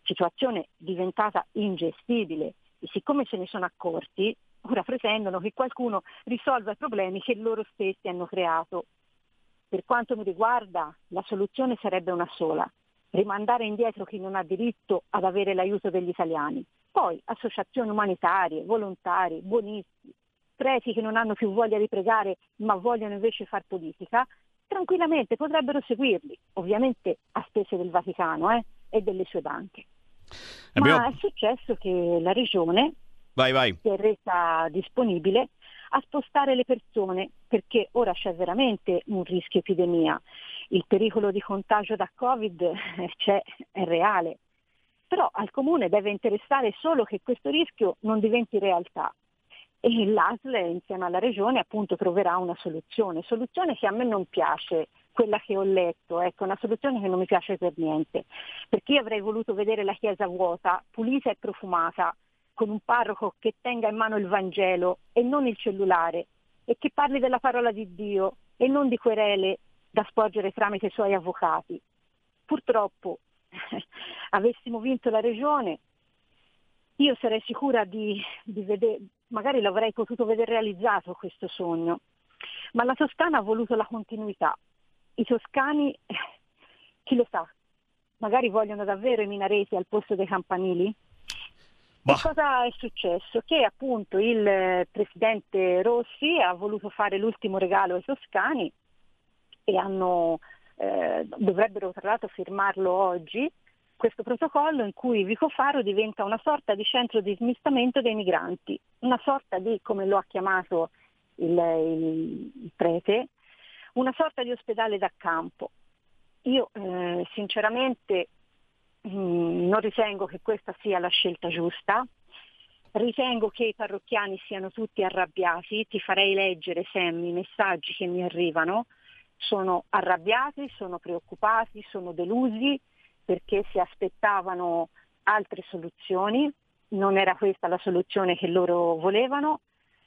diventata ingestibile, e siccome se ne sono accorti, ora pretendono che qualcuno risolva i problemi che loro stessi hanno creato. Per quanto mi riguarda, la soluzione sarebbe una sola: rimandare indietro chi non ha diritto ad avere l'aiuto degli italiani. Poi associazioni umanitarie, volontari, buonisti, preti che non hanno più voglia di pregare ma vogliono invece far politica, tranquillamente potrebbero seguirli, ovviamente a spese del Vaticano e delle sue banche. Ma è successo che la regione si è resa disponibile a spostare le persone, perché ora c'è veramente un rischio epidemia. Il pericolo di contagio da Covid è reale, però al Comune deve interessare solo che questo rischio non diventi realtà, e l'ASL insieme alla Regione appunto troverà una soluzione che a me non piace, quella che ho letto, ecco, una soluzione che non mi piace per niente, perché io avrei voluto vedere la chiesa vuota, pulita e profumata, con un parroco che tenga in mano il Vangelo e non il cellulare, e che parli della parola di Dio e non di querele da sporgere tramite i suoi avvocati. Purtroppo avessimo vinto la regione, io sarei sicura di vedere, magari l'avrei potuto vedere realizzato questo sogno, ma la Toscana ha voluto la continuità. I toscani, chi lo sa, magari vogliono davvero i minareti al posto dei campanili? Che cosa è successo? Che appunto il presidente Rossi ha voluto fare l'ultimo regalo ai toscani e dovrebbero tra l'altro firmarlo oggi, questo protocollo in cui Vicofaro diventa una sorta di centro di smistamento dei migranti, una sorta di, come lo ha chiamato il prete, una sorta di ospedale da campo. Io sinceramente non ritengo che questa sia la scelta giusta, ritengo che i parrocchiani siano tutti arrabbiati. Ti farei leggere, Sam, i messaggi che mi arrivano. Sono arrabbiati, sono preoccupati, sono delusi perché si aspettavano altre soluzioni, non era questa la soluzione che loro volevano.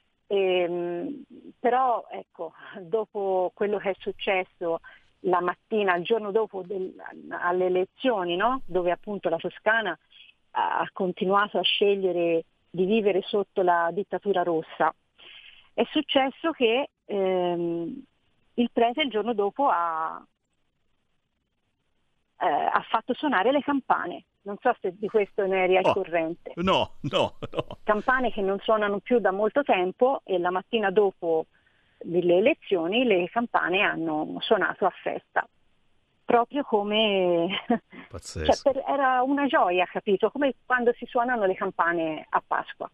Però ecco, dopo quello che è successo la mattina, il giorno dopo alle elezioni, no? Dove appunto la Toscana ha continuato a scegliere di vivere sotto la dittatura rossa, è successo che il prete il giorno dopo ha ha fatto suonare le campane. Non so se di questo ne eri al corrente. No. Campane che non suonano più da molto tempo, e la mattina dopo le elezioni le campane hanno suonato a festa. Proprio come era una gioia, capito? Come quando si suonano le campane a Pasqua.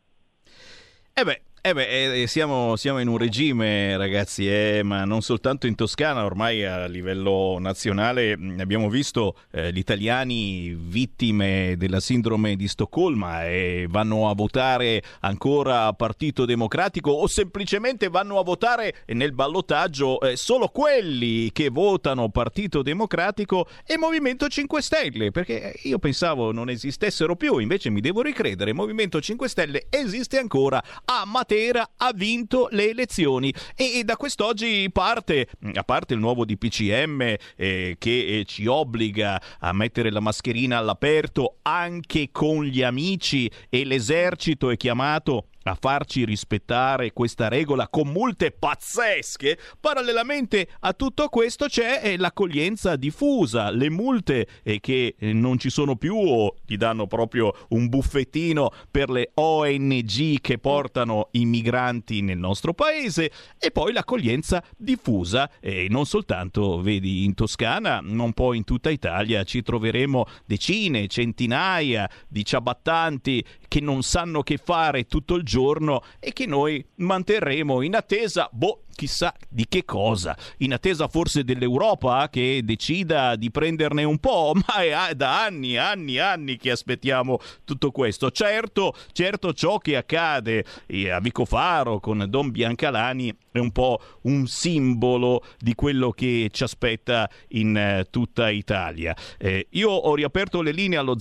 Siamo in un regime, ragazzi, ma non soltanto in Toscana, ormai a livello nazionale abbiamo visto gli italiani vittime della sindrome di Stoccolma e vanno a votare ancora Partito Democratico, o semplicemente vanno a votare nel ballottaggio solo quelli che votano Partito Democratico e Movimento 5 Stelle, perché io pensavo non esistessero più, invece mi devo ricredere, Movimento 5 Stelle esiste ancora, a Matera ha vinto le elezioni e da quest'oggi parte, a parte il nuovo DPCM che ci obbliga a mettere la mascherina all'aperto anche con gli amici, e l'esercito è chiamato a farci rispettare questa regola con multe pazzesche. Parallelamente a tutto questo c'è l'accoglienza diffusa, le multe che non ci sono più o ti danno proprio un buffettino per le ONG che portano i migranti nel nostro paese, e poi l'accoglienza diffusa, e non soltanto, vedi, in Toscana, ma un po' in tutta Italia ci troveremo decine, centinaia di ciabattanti che non sanno che fare tutto il giorno e che noi manterremo in attesa, chissà di che cosa, in attesa forse dell'Europa che decida di prenderne un po', ma è da anni che aspettiamo tutto questo. Certo ciò che accade a Vicofaro con Don Biancalani è un po' un simbolo di quello che ci aspetta in tutta Italia. Io ho riaperto le linee allo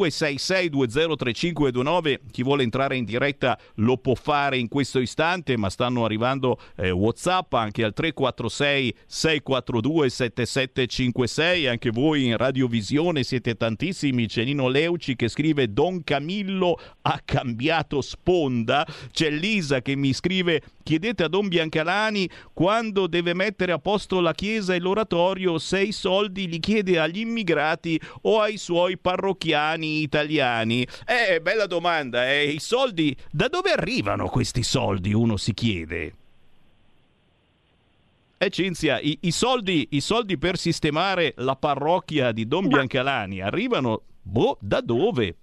0266203529, chi vuole entrare in diretta lo può fare in questo istante, ma stanno arrivando WhatsApp anche al 346 642 7756. Anche voi in radiovisione siete tantissimi. C'è Nino Leuci che scrive: Don Camillo ha cambiato sponda. C'è Lisa che mi scrive: chiedete a Don Biancalani quando deve mettere a posto la chiesa e l'oratorio, se i soldi li chiede agli immigrati o ai suoi parrocchiani italiani. Bella domanda, i soldi, da dove arrivano questi soldi, uno si chiede. Cinzia, i soldi per sistemare la parrocchia di Don Biancalani arrivano, da dove?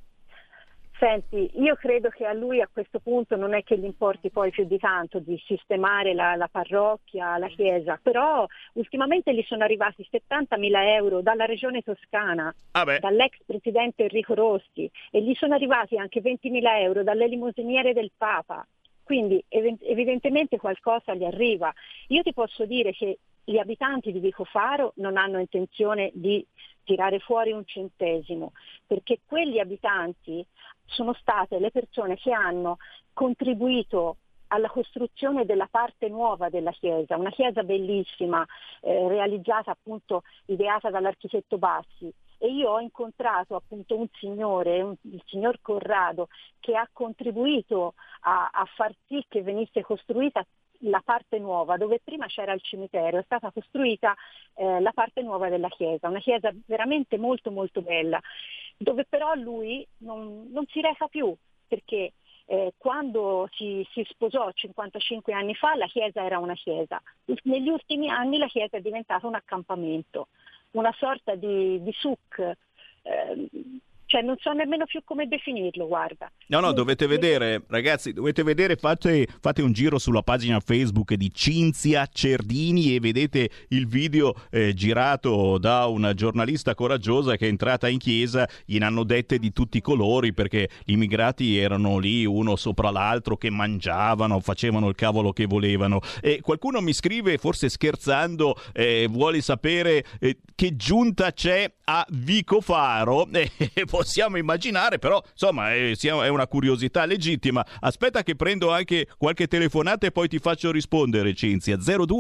Senti, io credo che a lui a questo punto non è che gli importi poi più di tanto di sistemare la parrocchia, la chiesa, però ultimamente gli sono arrivati 70.000 euro dalla regione Toscana, dall'ex presidente Enrico Rossi, e gli sono arrivati anche 20.000 euro dalle limosiniere del Papa. Quindi evidentemente qualcosa gli arriva. Io ti posso dire che gli abitanti di Vicofaro non hanno intenzione di tirare fuori un centesimo, perché quegli abitanti sono state le persone che hanno contribuito alla costruzione della parte nuova della chiesa, una chiesa bellissima, realizzata appunto, ideata dall'architetto Bassi. E io ho incontrato appunto un signore, il signor Corrado, che ha contribuito a far sì che venisse costruita la parte nuova, dove prima c'era il cimitero, è stata costruita la parte nuova della chiesa, una chiesa veramente molto molto bella, dove però lui non si reca più, perché quando si sposò 55 anni fa la chiesa era una chiesa, negli ultimi anni la chiesa è diventata un accampamento, una sorta di souk, cioè non so nemmeno più come definirlo, guarda. No, dovete vedere, ragazzi, fate un giro sulla pagina Facebook di Cinzia Cerdini e vedete il video girato da una giornalista coraggiosa che è entrata in chiesa, gliene hanno dette di tutti i colori, perché gli immigrati erano lì uno sopra l'altro che mangiavano, facevano il cavolo che volevano. E qualcuno mi scrive, forse scherzando, vuole sapere che giunta c'è a Vicofaro. Possiamo immaginare, però insomma è una curiosità legittima. Aspetta che prendo anche qualche telefonata e poi ti faccio rispondere, Cinzia.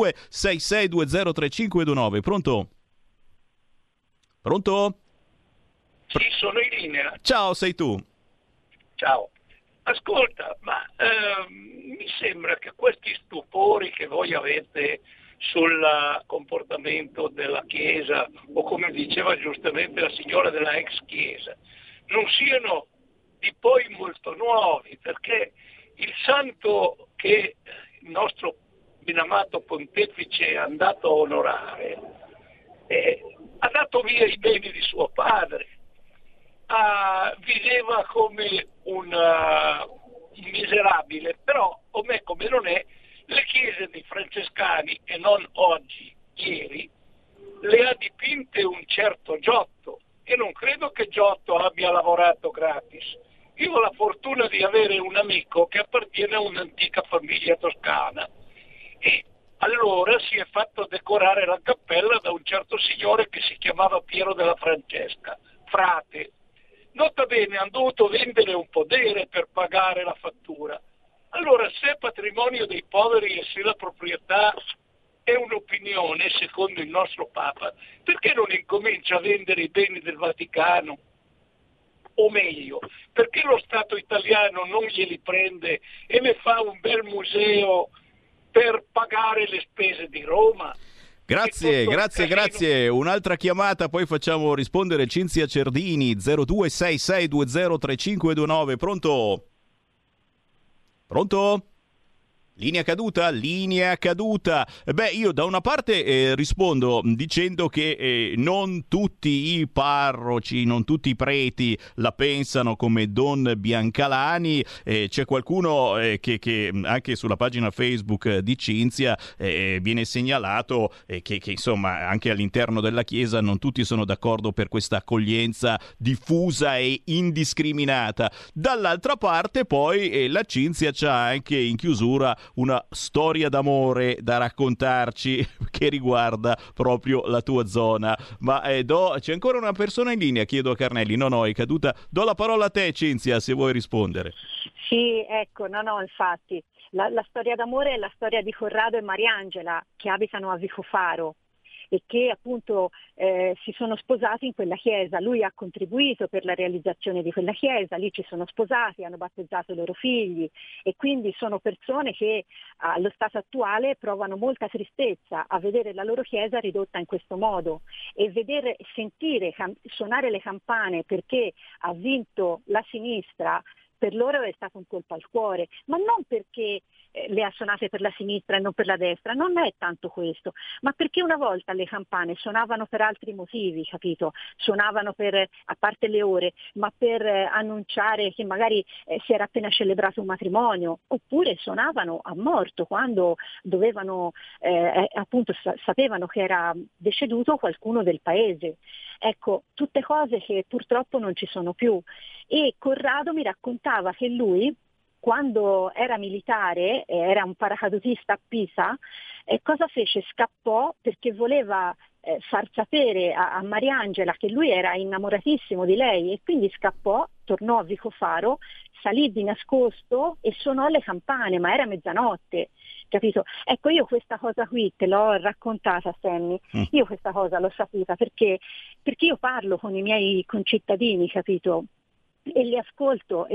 0266203529. Pronto? Sì, sono in linea. Ciao, sei tu. Ciao. Ascolta, ma mi sembra che questi stupori che voi avete sul comportamento della Chiesa, o come diceva giustamente la signora della ex Chiesa, non siano di poi molto nuovi, perché il santo che il nostro benamato pontefice è andato a onorare ha dato via i beni di suo padre, viveva come un miserabile, però come non è, le chiese dei francescani, e non oggi, ieri, le ha dipinte un certo Giotto, e non credo che Giotto abbia lavorato gratis. Io ho la fortuna di avere un amico che appartiene a un'antica famiglia toscana, e allora si è fatto decorare la cappella da un certo signore che si chiamava Piero della Francesca, frate. Nota bene, hanno dovuto vendere un podere per pagare la fattura. Allora, se è patrimonio dei poveri e se la proprietà è un'opinione, secondo il nostro Papa, perché non incomincia a vendere i beni del Vaticano? O meglio, perché lo Stato italiano non glieli prende e ne fa un bel museo per pagare le spese di Roma? Grazie. Un'altra chiamata, poi facciamo rispondere Cinzia Cerdini, 0266203529. Pronto? Linea caduta? Beh, io da una parte rispondo dicendo che non tutti i parroci, non tutti i preti la pensano come Don Biancalani. C'è qualcuno che anche sulla pagina Facebook di Cinzia viene segnalato che insomma anche all'interno della Chiesa non tutti sono d'accordo per questa accoglienza diffusa e indiscriminata. Dall'altra parte poi la Cinzia c'ha anche in chiusura una storia d'amore da raccontarci che riguarda proprio la tua zona. Ma c'è ancora una persona in linea, chiedo a Carnelli. No, è caduta. Do la parola a te, Cinzia, se vuoi rispondere. Sì, ecco, no, infatti. La storia d'amore è la storia di Corrado e Mariangela, che abitano a Vicofaro e che appunto si sono sposati in quella chiesa. Lui ha contribuito per la realizzazione di quella chiesa, lì ci sono sposati, hanno battezzato i loro figli, e quindi sono persone che allo stato attuale provano molta tristezza a vedere la loro chiesa ridotta in questo modo, e vedere, sentire suonare le campane perché ha vinto la sinistra. Per loro è stato un colpo al cuore, ma non perché le ha suonate per la sinistra e non per la destra, non è tanto questo, ma perché una volta le campane suonavano per altri motivi, capito? Suonavano per, a parte le ore, ma per annunciare che magari si era appena celebrato un matrimonio, oppure suonavano a morto quando dovevano, appunto sapevano che era deceduto qualcuno del paese. Ecco, tutte cose che purtroppo non ci sono più. E Corrado mi raccontava che lui, quando era militare, era un paracadutista a Pisa, cosa fece? Scappò perché voleva far sapere a Mariangela che lui era innamoratissimo di lei, e quindi scappò, tornò a Vicofaro, salì di nascosto e suonò le campane, ma era mezzanotte, capito? Ecco, io questa cosa qui te l'ho raccontata, Sammy, io questa cosa l'ho saputa perché io parlo con i miei concittadini, capito? E li ascolto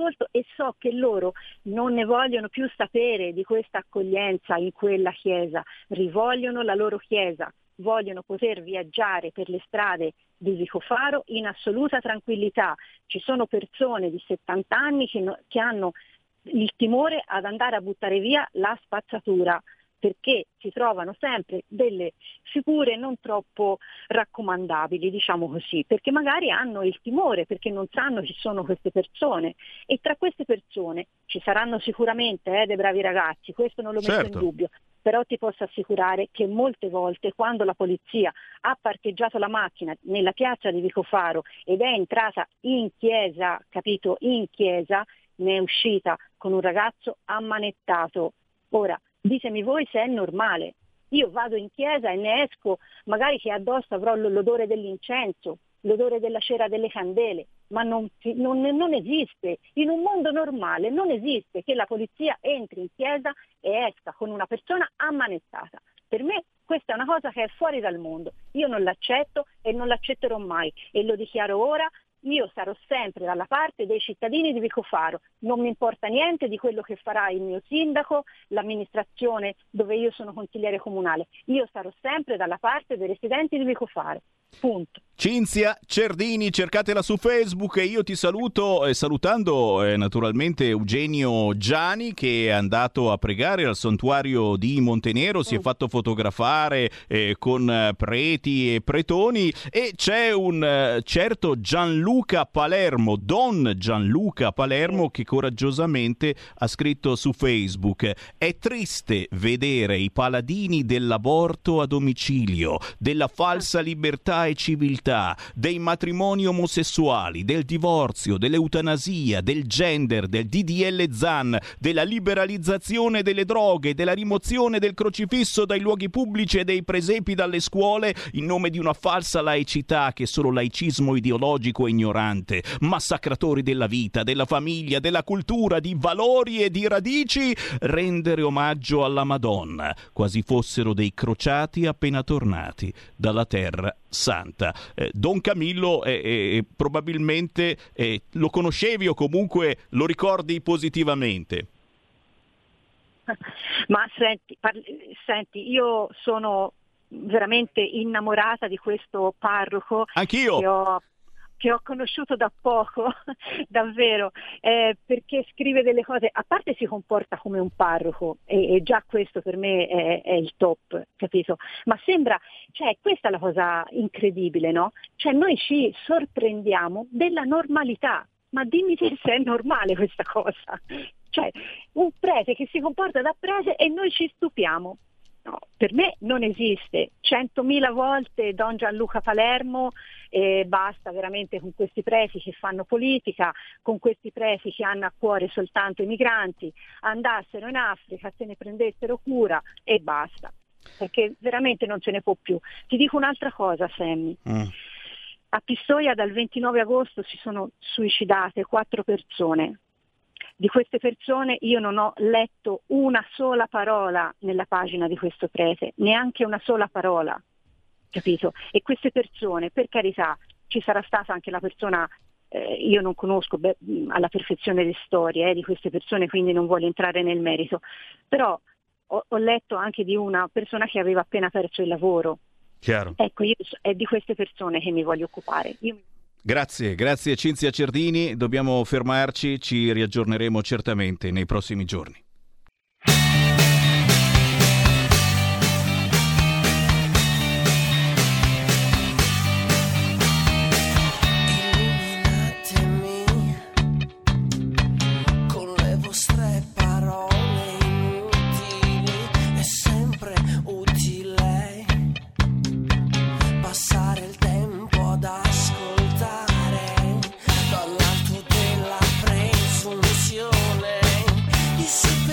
e so che loro non ne vogliono più sapere di questa accoglienza in quella chiesa, rivogliono la loro chiesa, vogliono poter viaggiare per le strade di Vicofaro in assoluta tranquillità. Ci sono persone di 70 anni che hanno il timore ad andare a buttare via la spazzatura, perché si trovano sempre delle figure non troppo raccomandabili, diciamo così, perché magari hanno il timore, perché non sanno chi sono queste persone, e tra queste persone ci saranno sicuramente dei bravi ragazzi, questo non lo metto in dubbio, però ti posso assicurare che molte volte quando la polizia ha parcheggiato la macchina nella piazza di Vicofaro ed è entrata in chiesa, capito, in chiesa, ne è uscita con un ragazzo ammanettato. Ora, ditemi voi se è normale. Io vado in chiesa e ne esco, magari che addosso avrò l'odore dell'incenso, l'odore della cera delle candele, ma non esiste. In un mondo normale non esiste che la polizia entri in chiesa e esca con una persona ammanettata. Per me questa è una cosa che è fuori dal mondo. Io non l'accetto e non l'accetterò mai, e lo dichiaro ora. io sarò sempre dalla parte dei cittadini di Vicofaro, non mi importa niente di quello che farà il mio sindaco, l'amministrazione dove io sono consigliere comunale, io sarò sempre dalla parte dei residenti di Vicofaro, punto. Cinzia Cerdini, cercatela su Facebook, e io ti saluto salutando naturalmente Eugenio Giani, che è andato a pregare al santuario di Montenero, si è fatto fotografare con preti e pretoni, e c'è un certo Gianluca Palermo, Don Gianluca Palermo, che coraggiosamente ha scritto su Facebook: è triste vedere i paladini dell'aborto a domicilio, della falsa libertà e civiltà, dei matrimoni omosessuali, del divorzio, dell'eutanasia, del gender, del DDL Zan, della liberalizzazione delle droghe, della rimozione del crocifisso dai luoghi pubblici e dei presepi dalle scuole in nome di una falsa laicità che è solo laicismo ideologico e ignorante, massacratori della vita, della famiglia, della cultura, di valori e di radici. Rendere omaggio alla Madonna, quasi fossero dei crociati appena tornati dalla terra santa. Don Camillo probabilmente lo conoscevi o comunque lo ricordi positivamente? Ma senti, io sono veramente innamorata di questo parroco. Anch'io. Che ho conosciuto da poco, davvero, perché scrive delle cose, a parte si comporta come un parroco, e già questo per me è il top, capito? Ma sembra, cioè, questa è la cosa incredibile, no? Cioè, noi ci sorprendiamo della normalità, ma dimmi se è normale questa cosa. Cioè, un prete che si comporta da prete e noi ci stupiamo. No, per me non esiste. 100.000 volte Don Gianluca Palermo, basta veramente con questi preti che fanno politica, con questi preti che hanno a cuore soltanto i migranti, andassero in Africa, se ne prendessero cura e basta, perché veramente non ce ne può più. Ti dico un'altra cosa, Sammy. A Pistoia dal 29 agosto si sono suicidate 4 persone. Di queste persone io non ho letto una sola parola nella pagina di questo prete, neanche una sola parola, capito? E queste persone, per carità, ci sarà stata anche la persona, io non conosco alla perfezione le storie di queste persone, quindi non voglio entrare nel merito, però ho letto anche di una persona che aveva appena perso il lavoro. Chiaro. Ecco, io è di queste persone che mi voglio occupare. Grazie Cinzia Cerdini, dobbiamo fermarci, ci riaggiorneremo certamente nei prossimi giorni. Illuminatemi con le vostre parole inutili, è sempre utile passare il tempo ad ascoltare dall'alto della presunzione i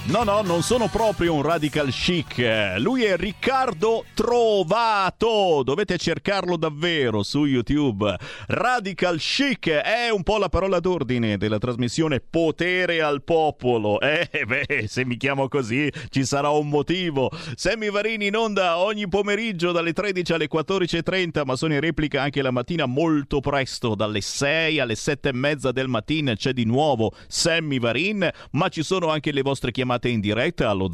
No, non sono proprio un radical chic. Lui è Riccardo Trovato. Dovete cercarlo davvero su YouTube. Radical chic è un po' la parola d'ordine della trasmissione Potere al Popolo. Se mi chiamo così ci sarà un motivo. Sammy Varini in onda ogni pomeriggio dalle 13 alle 14:30, ma sono in replica anche la mattina molto presto, dalle 6 alle 7:30 del mattino c'è di nuovo Sammy Varin, ma ci sono anche le vostre chiamate in diretta allo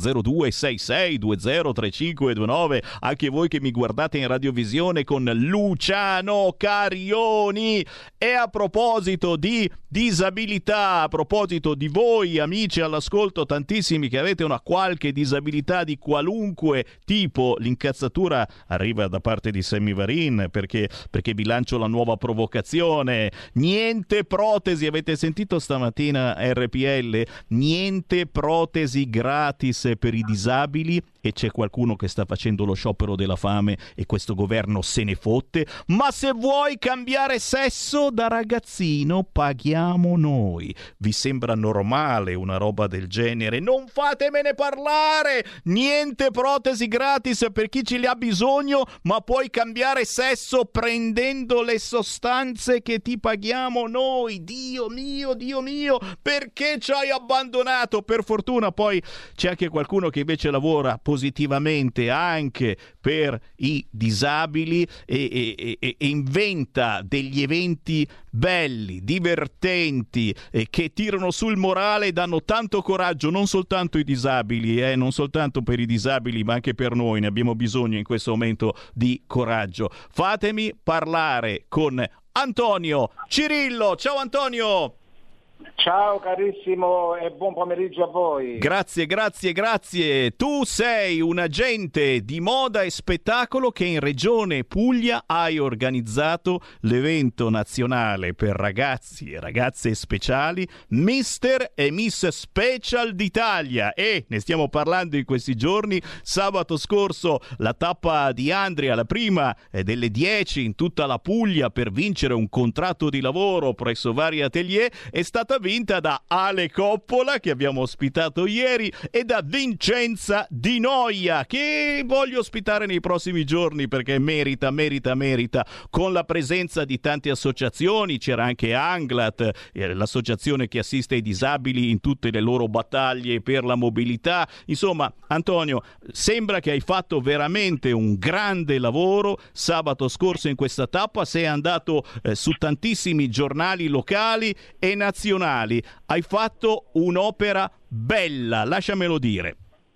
0266203529, anche voi che mi guardate in radiovisione con Luciano Carioni. E a proposito di disabilità, a proposito di voi amici all'ascolto, tantissimi che avete una qualche disabilità di qualunque tipo, l'incazzatura arriva da parte di Sammy Varin perché vi lancio la nuova provocazione. Niente protesi, avete sentito stamattina RPL? Niente protesi gratis per i disabili, e c'è qualcuno che sta facendo lo sciopero della fame e questo governo se ne fotte. Ma se vuoi cambiare sesso da ragazzino paghiamo noi. Vi sembra normale una roba del genere? Non fatemene parlare! Niente protesi gratis per chi ce li ha bisogno, ma puoi cambiare sesso prendendo le sostanze che ti paghiamo noi. Dio mio, perché ci hai abbandonato? Per fortuna poi c'è anche qualcuno che invece lavora positivamente anche per i disabili e inventa degli eventi belli, divertenti, che tirano sul morale e danno tanto coraggio, non soltanto i disabili, non soltanto per i disabili, ma anche per noi. Ne abbiamo bisogno in questo momento di coraggio. Fatemi parlare con Antonio Cirillo. Ciao Antonio! Ciao carissimo e buon pomeriggio a voi. Grazie. Tu sei un agente di moda e spettacolo che in Regione Puglia hai organizzato l'evento nazionale per ragazzi e ragazze speciali Mister e Miss Special d'Italia, e ne stiamo parlando in questi giorni. Sabato scorso la tappa di Andria, la prima delle 10 in tutta la Puglia per vincere un contratto di lavoro presso vari atelier, è stata vinta da Ale Coppola, che abbiamo ospitato ieri, e da Vincenza Di Noia, che voglio ospitare nei prossimi giorni perché merita, con la presenza di tante associazioni. C'era anche Anglat, l'associazione che assiste i disabili in tutte le loro battaglie per la mobilità. Insomma, Antonio, sembra che hai fatto veramente un grande lavoro sabato scorso in questa tappa. Sei andato su tantissimi giornali locali e nazionali. Hai fatto un'opera bella, lasciamelo dire.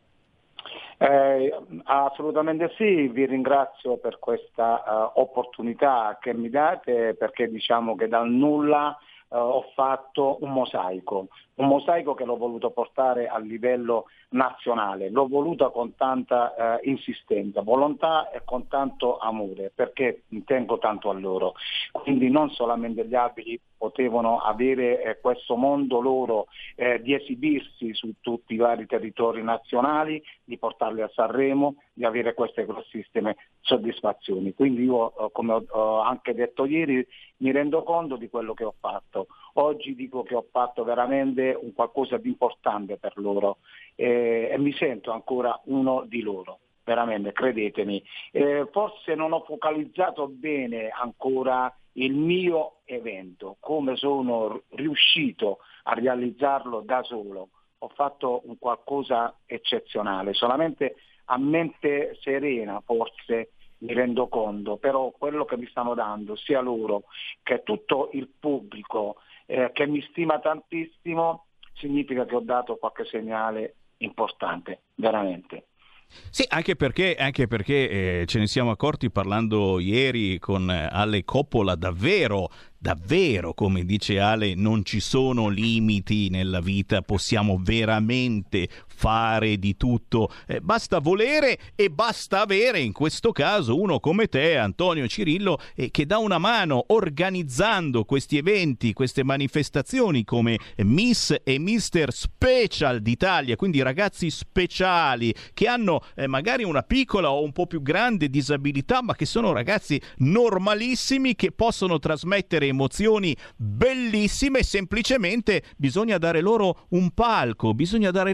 Assolutamente sì, vi ringrazio per questa opportunità che mi date, perché diciamo che dal nulla ho fatto un mosaico che l'ho voluto portare a livello nazionale, l'ho voluta con tanta insistenza, volontà e con tanto amore, perché tengo tanto a loro. Quindi non solamente gli abili potevano avere questo mondo loro di esibirsi su tutti i vari territori nazionali, di portarli a Sanremo, di avere queste grossissime soddisfazioni. Quindi io, come ho anche detto ieri, mi rendo conto di quello che ho fatto. Oggi dico che ho fatto veramente un qualcosa di importante per loro e mi sento ancora uno di loro, veramente, credetemi. Forse non ho focalizzato bene ancora il mio evento, come sono riuscito a realizzarlo da solo. Ho fatto un qualcosa eccezionale, solamente a mente serena forse mi rendo conto, però quello che mi stanno dando sia loro che tutto il pubblico che mi stima tantissimo, significa che ho dato qualche segnale importante, veramente. Sì, anche perché ce ne siamo accorti parlando ieri con Ale Coppola, davvero, come dice Ale, non ci sono limiti nella vita, possiamo veramente fare di tutto, basta volere e basta avere, in questo caso, uno come te, Antonio Cirillo, che dà una mano organizzando questi eventi, queste manifestazioni come Miss e Mister Special d'Italia, quindi ragazzi speciali che hanno magari una piccola o un po' più grande disabilità, ma che sono ragazzi normalissimi che possono trasmettere emozioni bellissime. Semplicemente bisogna dare loro un palco, bisogna dare loro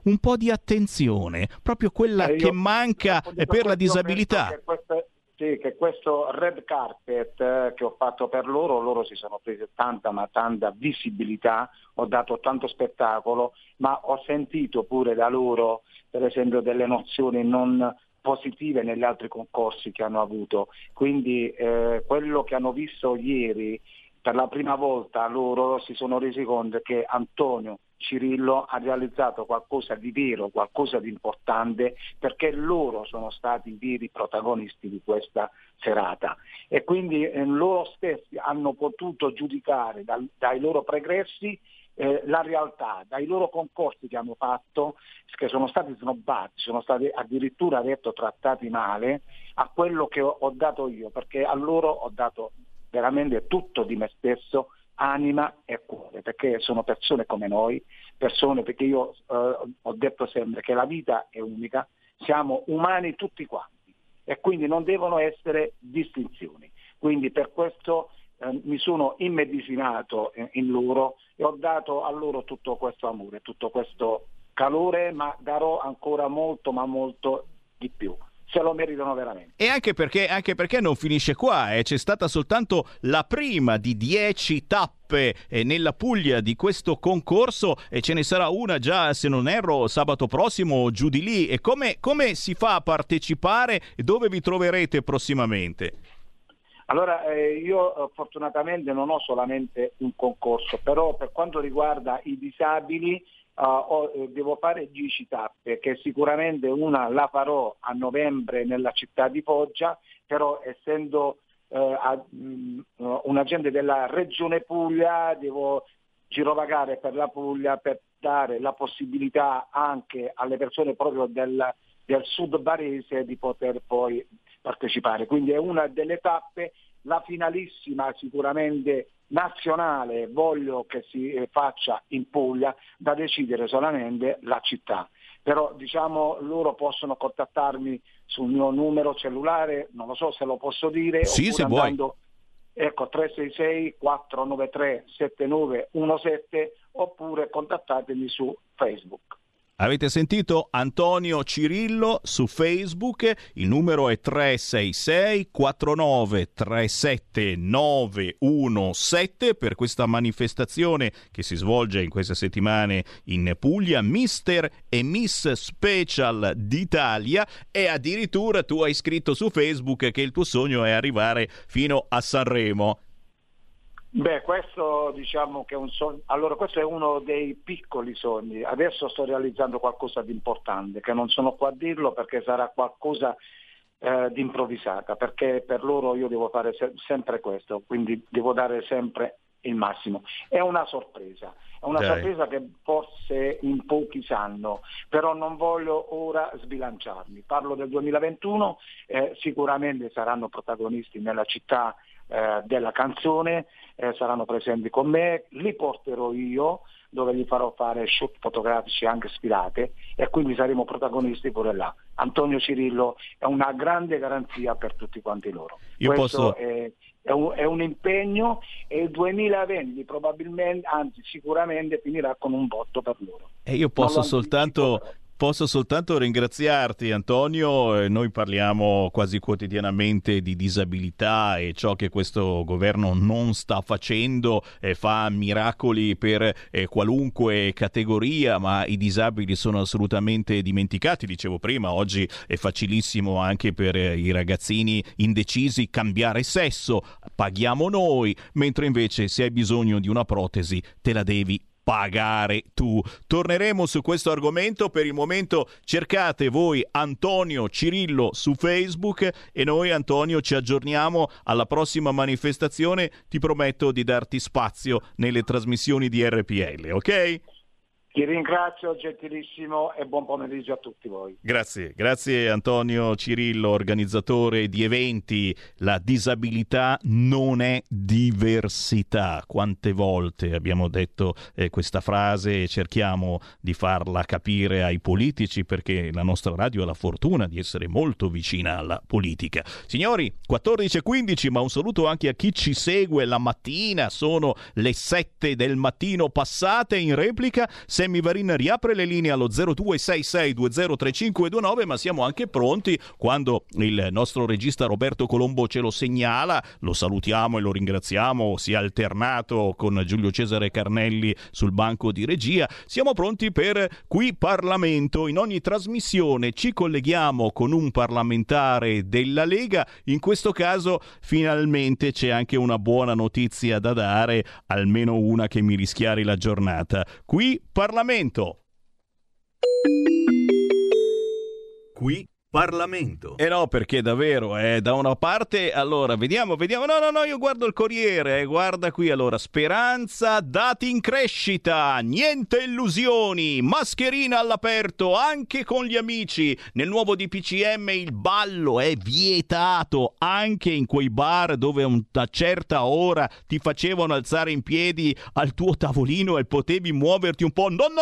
un po' di attenzione, proprio quella che manca per la disabilità. Che questo red carpet che ho fatto per loro si sono presi tanta visibilità, ho dato tanto spettacolo, ma ho sentito pure da loro, per esempio, delle nozioni non positive negli altri concorsi che hanno avuto. Quindi quello che hanno visto ieri, per la prima volta loro si sono resi conto che Antonio Cirillo ha realizzato qualcosa di vero, qualcosa di importante, perché loro sono stati i veri protagonisti di questa serata e quindi loro stessi hanno potuto giudicare dai loro pregressi la realtà, dai loro concorsi che hanno fatto, che sono stati snobbati, sono stati addirittura trattati male, a quello che ho dato io, perché a loro ho dato veramente tutto di me stesso, anima e cuore, perché sono persone come noi, perché io ho detto sempre che la vita è unica, siamo umani tutti quanti e quindi non devono essere distinzioni. Quindi per questo mi sono immedesimato in loro e ho dato a loro tutto questo amore, tutto questo calore, ma darò ancora molto, ma molto di più. Se lo meritano veramente. E anche perché non finisce qua, c'è stata soltanto la prima di 10 tappe nella Puglia di questo concorso e ce ne sarà una già, se non erro, sabato prossimo giù di lì. E come si fa a partecipare e dove vi troverete prossimamente? Allora, io fortunatamente non ho solamente un concorso, però per quanto riguarda i disabili devo fare 10 tappe, che sicuramente una la farò a novembre nella città di Foggia, però essendo un agente della Regione Puglia devo girovagare per la Puglia per dare la possibilità anche alle persone proprio del sud barese di poter poi partecipare. Quindi è una delle tappe, la finalissima sicuramente nazionale voglio che si faccia in Puglia, da decidere solamente la città. Però loro possono contattarmi sul mio numero cellulare, non lo so se lo posso dire, sì, se andando, ecco, 366-493-7917 oppure contattatemi su Facebook. Avete sentito Antonio Cirillo su Facebook, il numero è 366 4937 917 per questa manifestazione che si svolge in queste settimane in Puglia, Mister e Miss Special d'Italia, e addirittura tu hai scritto su Facebook che il tuo sogno è arrivare fino a Sanremo. Beh, questo che è un sogno. Allora, questo è uno dei piccoli sogni. Adesso sto realizzando qualcosa di importante, che non sono qua a dirlo perché sarà qualcosa di improvvisata, perché per loro io devo fare sempre questo, quindi devo dare sempre il massimo. È una sorpresa che forse in pochi sanno, però non voglio ora sbilanciarmi. Parlo del 2021, sicuramente saranno protagonisti nella città della canzone, saranno presenti con me, li porterò io, dove gli farò fare shoot fotografici anche sfilate e quindi saremo protagonisti pure là. Antonio Cirillo è una grande garanzia per tutti quanti loro. È un impegno e il 2020 probabilmente, anzi sicuramente finirà con un botto per loro. E io posso soltanto ringraziarti, Antonio. Noi parliamo quasi quotidianamente di disabilità e ciò che questo governo non sta facendo, fa miracoli per qualunque categoria, ma i disabili sono assolutamente dimenticati. Dicevo prima, oggi è facilissimo anche per i ragazzini indecisi cambiare sesso, paghiamo noi, mentre invece se hai bisogno di una protesi te la devi pagare tu. Torneremo su questo argomento. Per il momento cercate voi Antonio Cirillo su Facebook e noi, Antonio, ci aggiorniamo alla prossima manifestazione. Ti prometto di darti spazio nelle trasmissioni di RPL, ok? Ti ringrazio, gentilissimo, e buon pomeriggio a tutti voi. Grazie Antonio Cirillo, organizzatore di eventi. La disabilità non è diversità. Quante volte abbiamo detto questa frase e cerchiamo di farla capire ai politici, perché la nostra radio ha la fortuna di essere molto vicina alla politica. Signori, 14:15, ma un saluto anche a chi ci segue la mattina. Sono le 7 del mattino passate. In replica Sammy Varin riapre le linee allo 0266203529, ma siamo anche pronti quando il nostro regista Roberto Colombo ce lo segnala. Lo salutiamo e lo ringraziamo, si è alternato con Giulio Cesare Carnelli sul banco di regia. Siamo pronti per Qui Parlamento. In ogni trasmissione ci colleghiamo con un parlamentare della Lega. In questo caso finalmente c'è anche una buona notizia da dare, almeno una che mi rischiari la giornata. Qui Parlamento. Qui Parlamento. No, perché davvero, da una parte, allora, vediamo, no, io guardo il Corriere, guarda qui, allora, speranza, dati in crescita, niente illusioni, mascherina all'aperto, anche con gli amici, nel nuovo DPCM il ballo è vietato, anche in quei bar dove a una certa ora ti facevano alzare in piedi al tuo tavolino e potevi muoverti un po', no,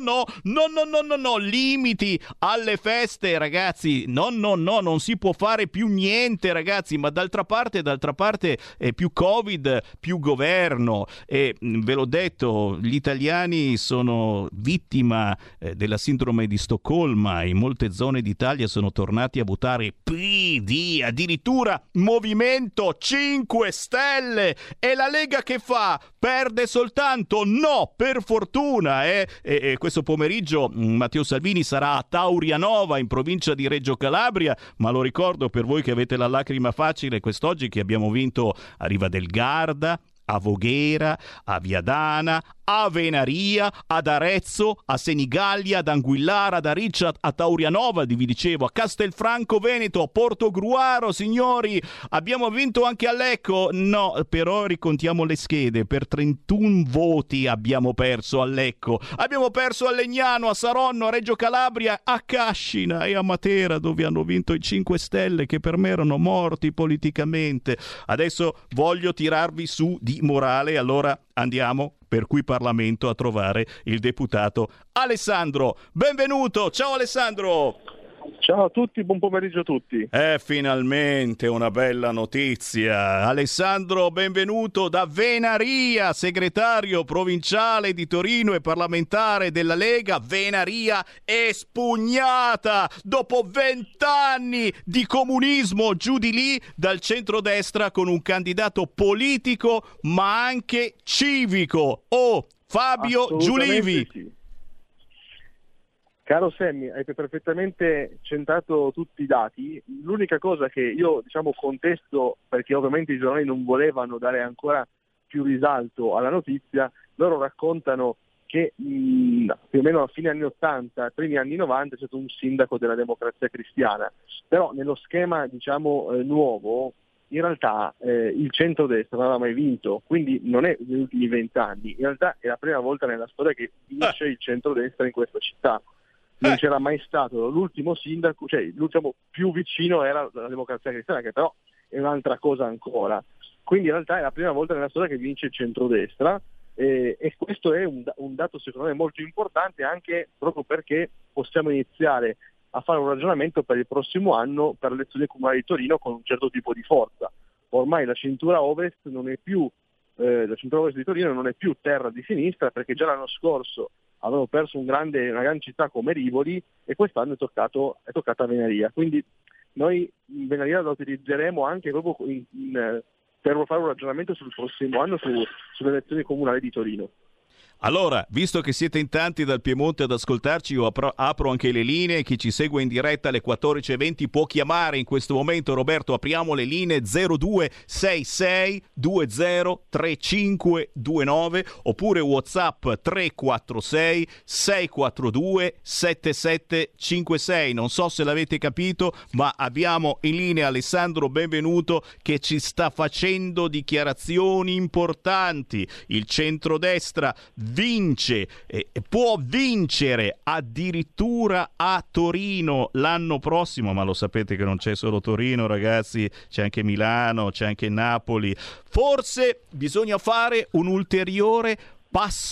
limiti alle feste, ragazzi. No, non si può fare più niente, ragazzi, ma d'altra parte è più Covid, più governo, e ve l'ho detto, gli italiani sono vittima della sindrome di Stoccolma. In molte zone d'Italia sono tornati a votare PD, addirittura Movimento 5 Stelle, e la Lega che fa? Perde soltanto? No, per fortuna, e questo pomeriggio Matteo Salvini sarà a Taurianova in provincia di Reggio Calabria, ma lo ricordo per voi che avete la lacrima facile quest'oggi che abbiamo vinto a Riva del Garda, a Voghera, a Viadana, a Venaria, ad Arezzo, a Senigallia, ad Anguillara, ad Ariccia, a Taurianova, vi dicevo, a Castelfranco Veneto, a Portogruaro, signori, abbiamo vinto anche a Lecco, no, però ricontiamo le schede, per 31 voti abbiamo perso a Lecco, abbiamo perso a Legnano, a Saronno, a Reggio Calabria, a Cascina e a Matera, dove hanno vinto i 5 Stelle, che per me erano morti politicamente. Adesso voglio tirarvi su di morale, allora andiamo per Qui Parlamento a trovare il deputato Alessandro. Benvenuto, ciao Alessandro. Ciao a tutti, buon pomeriggio a tutti. Finalmente una bella notizia. Alessandro, benvenuto da Venaria, segretario provinciale di Torino e parlamentare della Lega. Venaria espugnata dopo 20 anni di comunismo giù di lì dal centrodestra con un politico ma anche civico. Fabio Giulivi. Sì. Caro Sammy, hai perfettamente centrato tutti i dati. L'unica cosa che io contesto, perché ovviamente i giornali non volevano dare ancora più risalto alla notizia, loro raccontano che più o meno a fine anni 80, primi anni 90 è stato un sindaco della Democrazia Cristiana, però nello schema nuovo in realtà il centrodestra non aveva mai vinto, quindi non è negli ultimi 20 anni, in realtà è la prima volta nella storia che vince il centrodestra in questa città. Non c'era mai stato, l'ultimo sindaco, cioè l'ultimo più vicino era la Democrazia Cristiana, che però è un'altra cosa ancora. Quindi in realtà è la prima volta nella storia che vince il centrodestra, e questo è un dato secondo me molto importante, anche proprio perché possiamo iniziare a fare un ragionamento per il prossimo anno per le elezioni comunali di Torino con un certo tipo di forza. Ormai la cintura ovest non è più la cintura ovest di Torino non è più terra di sinistra, perché già l'anno scorso avevano perso una grande città come Rivoli e quest'anno è toccata Venaria. Quindi noi Venaria la utilizzeremo anche proprio per fare un ragionamento sul prossimo anno sulle elezioni comunali di Torino. Allora, visto che siete in tanti dal Piemonte ad ascoltarci, io apro anche le linee. Chi ci segue in diretta alle 14:20 può chiamare in questo momento. Roberto, apriamo le linee 0266 203529 oppure WhatsApp 346 642 7756. Non so se l'avete capito, ma abbiamo in linea Alessandro Benvenuto che ci sta facendo dichiarazioni importanti. Il centrodestra vince, può vincere addirittura a Torino l'anno prossimo, ma lo sapete che non c'è solo Torino, ragazzi, c'è anche Milano, c'è anche Napoli. Forse bisogna fare un ulteriore passo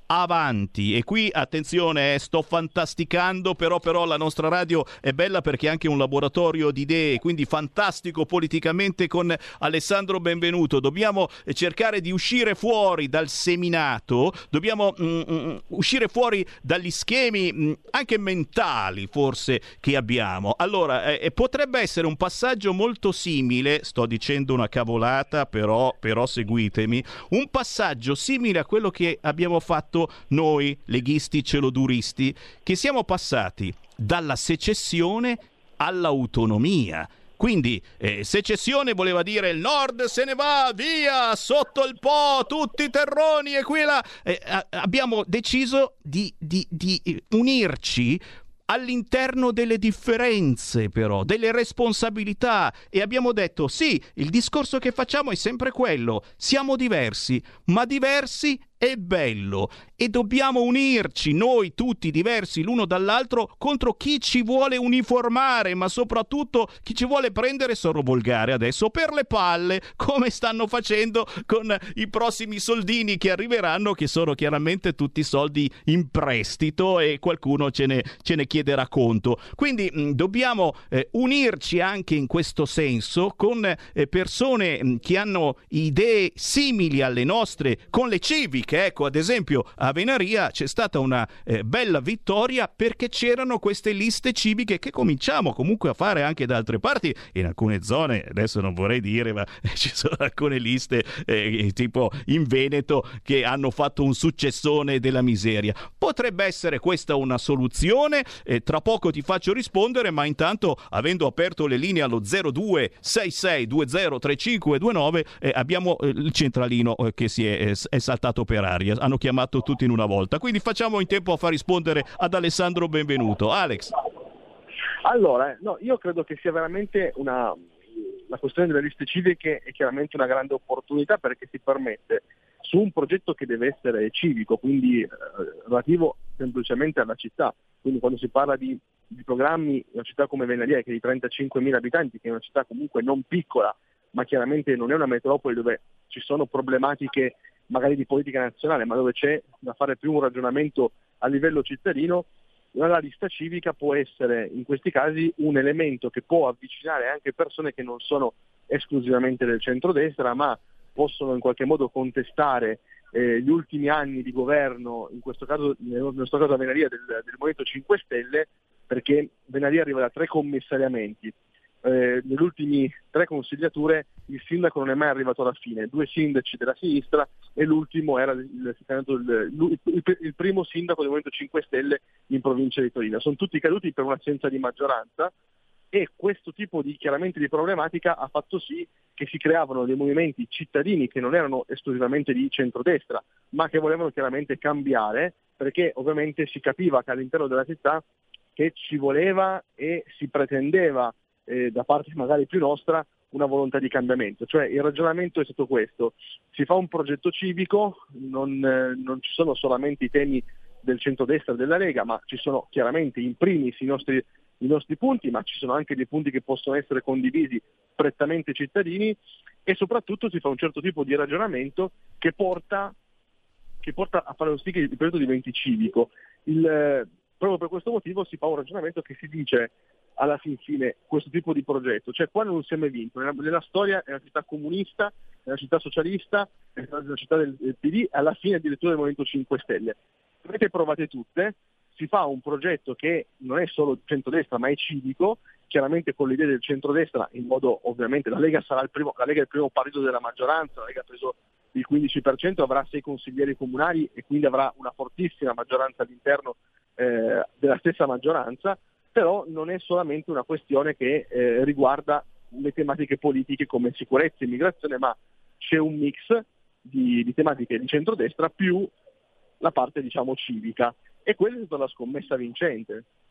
avanti. E qui attenzione, sto fantasticando, però la nostra radio è bella perché è anche un laboratorio di idee, quindi fantastico politicamente con Alessandro Benvenuto. Dobbiamo cercare di uscire fuori dal seminato, dobbiamo uscire fuori dagli schemi anche mentali forse che abbiamo. Allora, potrebbe essere un passaggio molto simile, sto dicendo una cavolata, però seguitemi, un passaggio simile a quello che abbiamo fatto noi leghisti celoduristi, che siamo passati dalla secessione all'autonomia. Quindi secessione voleva dire il nord se ne va via sotto il Po, tutti i terroni e qui e là. Abbiamo deciso di unirci all'interno delle differenze, però delle responsabilità, e abbiamo detto sì, il discorso che facciamo è sempre quello: siamo diversi, ma diversi è bello, e dobbiamo unirci noi tutti diversi l'uno dall'altro contro chi ci vuole uniformare, ma soprattutto chi ci vuole prendere, sono volgare adesso, per le palle, come stanno facendo con i prossimi soldini che arriveranno, che sono chiaramente tutti soldi in prestito e qualcuno ce ne chiederà conto. Quindi dobbiamo unirci anche in questo senso con persone che hanno idee simili alle nostre, con le civiche. Ecco, ad esempio a Venaria c'è stata una bella vittoria perché c'erano queste liste civiche che cominciamo comunque a fare anche da altre parti, in alcune zone, adesso non vorrei dire, ma ci sono alcune liste tipo in Veneto che hanno fatto un successone della miseria. Potrebbe essere questa una soluzione, tra poco ti faccio rispondere, ma intanto, avendo aperto le linee allo 0266203529, abbiamo il centralino che è saltato per aria, hanno chiamato tutti in una volta, quindi facciamo in tempo a far rispondere ad Alessandro Benvenuto. Alex. Allora, no, io credo che sia veramente la questione delle liste civiche è chiaramente una grande opportunità, perché si permette, su un progetto che deve essere civico, quindi relativo semplicemente alla città, quindi quando si parla di programmi, una città come Venaria, che è di 35.000 abitanti, che è una città comunque non piccola, ma chiaramente non è una metropoli dove ci sono problematiche magari di politica nazionale, ma dove c'è da fare più un ragionamento a livello cittadino, la lista civica può essere in questi casi un elemento che può avvicinare anche persone che non sono esclusivamente del centrodestra, ma possono in qualche modo contestare gli ultimi anni di governo, in questo caso, nel nostro caso a Venaria, del Movimento 5 Stelle, perché Venaria arriva da 3 commissariamenti. Nelle ultime 3 consigliature il sindaco non è mai arrivato alla fine, 2 sindaci della sinistra, e l'ultimo era il primo sindaco del Movimento 5 Stelle in provincia di Torino. Sono tutti caduti per un'assenza di maggioranza, e questo tipo chiaramente di problematica ha fatto sì che si creavano dei movimenti cittadini che non erano esclusivamente di centrodestra, ma che volevano chiaramente cambiare, perché ovviamente si capiva che all'interno della città che ci voleva e si pretendeva da parte magari più nostra una volontà di cambiamento. Cioè il ragionamento è stato questo: si fa un progetto civico, non ci sono solamente i temi del centrodestra e della Lega, ma ci sono chiaramente in primis i nostri punti, ma ci sono anche dei punti che possono essere condivisi prettamente cittadini, e soprattutto si fa un certo tipo di ragionamento che porta a fare sì che il progetto diventi civico. Proprio per questo motivo si fa un ragionamento che si dice alla fine questo tipo di progetto, cioè qua non si è mai vinto, nella storia è una città comunista, è una città socialista, è una città del PD, alla fine addirittura del Movimento 5 Stelle. Avete provate tutte, si fa un progetto che non è solo centrodestra ma è civico, chiaramente con l'idea del centrodestra, in modo, ovviamente la Lega è il primo partito della maggioranza, la Lega ha preso il 15%, avrà 6 consiglieri comunali e quindi avrà una fortissima maggioranza all'interno della stessa maggioranza, però non è solamente una questione che riguarda le tematiche politiche come sicurezza e immigrazione, ma c'è un mix di tematiche di centrodestra più la parte, diciamo, civica, e quella è stata la scommessa vincente.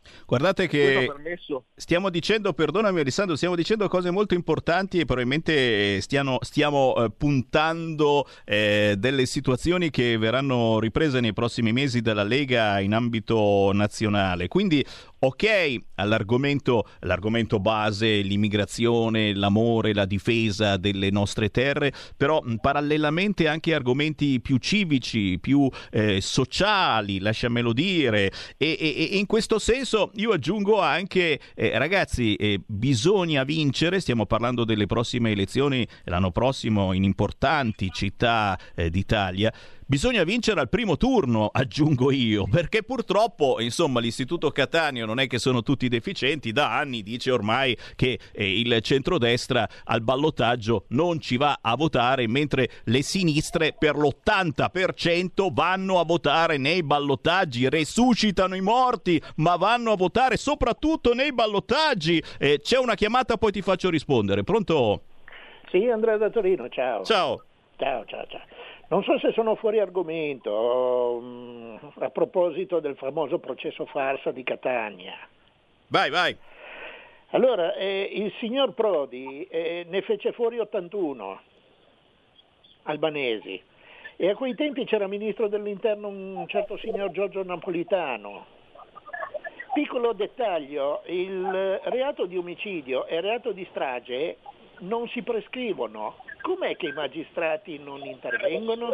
Guardate che stiamo dicendo, perdonami Alessandro, stiamo dicendo cose molto importanti e probabilmente stiamo puntando delle situazioni che verranno riprese nei prossimi mesi dalla Lega in ambito nazionale. Quindi ok all'argomento base, l'immigrazione, l'amore, la difesa delle nostre terre, però parallelamente anche argomenti più civici, più sociali, lasciamelo dire, e in questo senso io aggiungo anche, ragazzi, bisogna vincere, stiamo parlando delle prossime elezioni l'anno prossimo in importanti città d'Italia. Bisogna vincere al primo turno, aggiungo io, perché purtroppo, insomma, l'Istituto Cattaneo non è che sono tutti deficienti, da anni dice ormai che il centrodestra al ballottaggio non ci va a votare, mentre le sinistre per l'80% vanno a votare nei ballottaggi, resuscitano i morti, ma vanno a votare soprattutto nei ballottaggi. C'è una chiamata, poi ti faccio rispondere. Pronto? Sì, Andrea da Torino, ciao. Ciao. Ciao. Non so se sono fuori argomento, a proposito del famoso processo farsa di Catania. Vai. Allora, il signor Prodi ne fece fuori 81 albanesi e a quei tempi c'era ministro dell'interno un certo signor Giorgio Napolitano. Piccolo dettaglio, il reato di omicidio e il reato di strage non si prescrivono. Com'è che i magistrati non intervengono?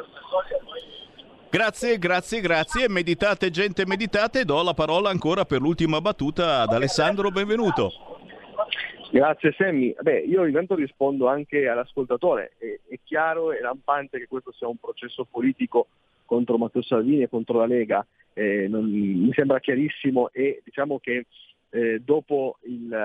Grazie. Meditate, gente, meditate. Do la parola ancora per l'ultima battuta ad Alessandro, benvenuto. Grazie Sammy. Io intanto rispondo anche all'ascoltatore. È chiaro e lampante che questo sia un processo politico contro Matteo Salvini e contro la Lega. Mi sembra chiarissimo e diciamo che dopo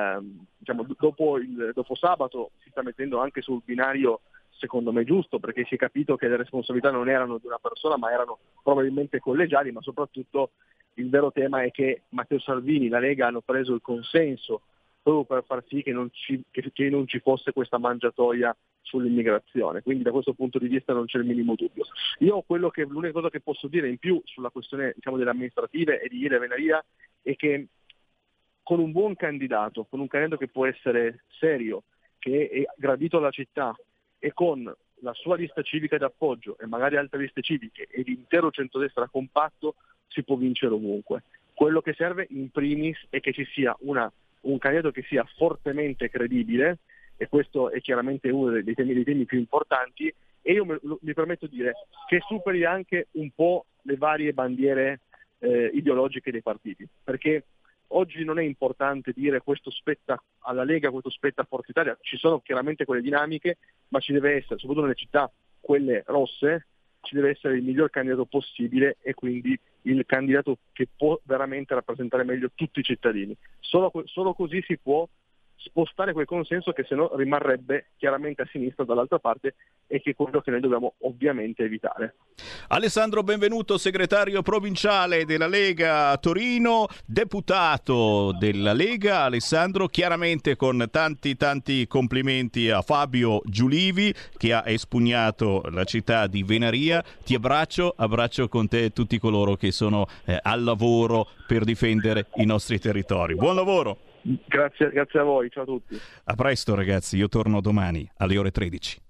sabato si sta mettendo anche sul binario, secondo me giusto, perché si è capito che le responsabilità non erano di una persona ma erano probabilmente collegiali, ma soprattutto il vero tema è che Matteo Salvini e la Lega hanno preso il consenso proprio per far sì che non ci fosse questa mangiatoia sull'immigrazione, quindi da questo punto di vista non c'è il minimo dubbio. L'unica cosa che posso dire in più sulla questione delle amministrative e di ieri a Venaria è che con un buon candidato, con un candidato che può essere serio, che è gradito alla città e con la sua lista civica d'appoggio e magari altre liste civiche e l'intero centrodestra compatto, si può vincere ovunque. Quello che serve in primis è che ci sia un candidato che sia fortemente credibile, e questo è chiaramente uno dei temi più importanti, e io mi permetto di dire che superi anche un po' le varie bandiere ideologiche dei partiti, perché oggi non è importante dire questo spetta alla Lega, questo spetta a Forza Italia, ci sono chiaramente quelle dinamiche, ma ci deve essere, soprattutto nelle città quelle rosse, ci deve essere il miglior candidato possibile e quindi il candidato che può veramente rappresentare meglio tutti i cittadini. Solo così si può spostare quel consenso che se no rimarrebbe chiaramente a sinistra dall'altra parte, e che è quello che noi dobbiamo ovviamente evitare. Alessandro, benvenuto, segretario provinciale della Lega a Torino, deputato della Lega. Alessandro, chiaramente con tanti complimenti a Fabio Giulivi che ha espugnato la città di Venaria. Ti abbraccio con te e tutti coloro che sono al lavoro per difendere i nostri territori. Buon lavoro! Grazie a voi, ciao a tutti. A presto ragazzi, io torno domani alle ore 13.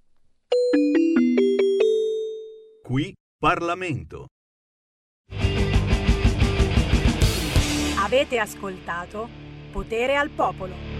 Qui Parlamento. Avete ascoltato Potere al Popolo.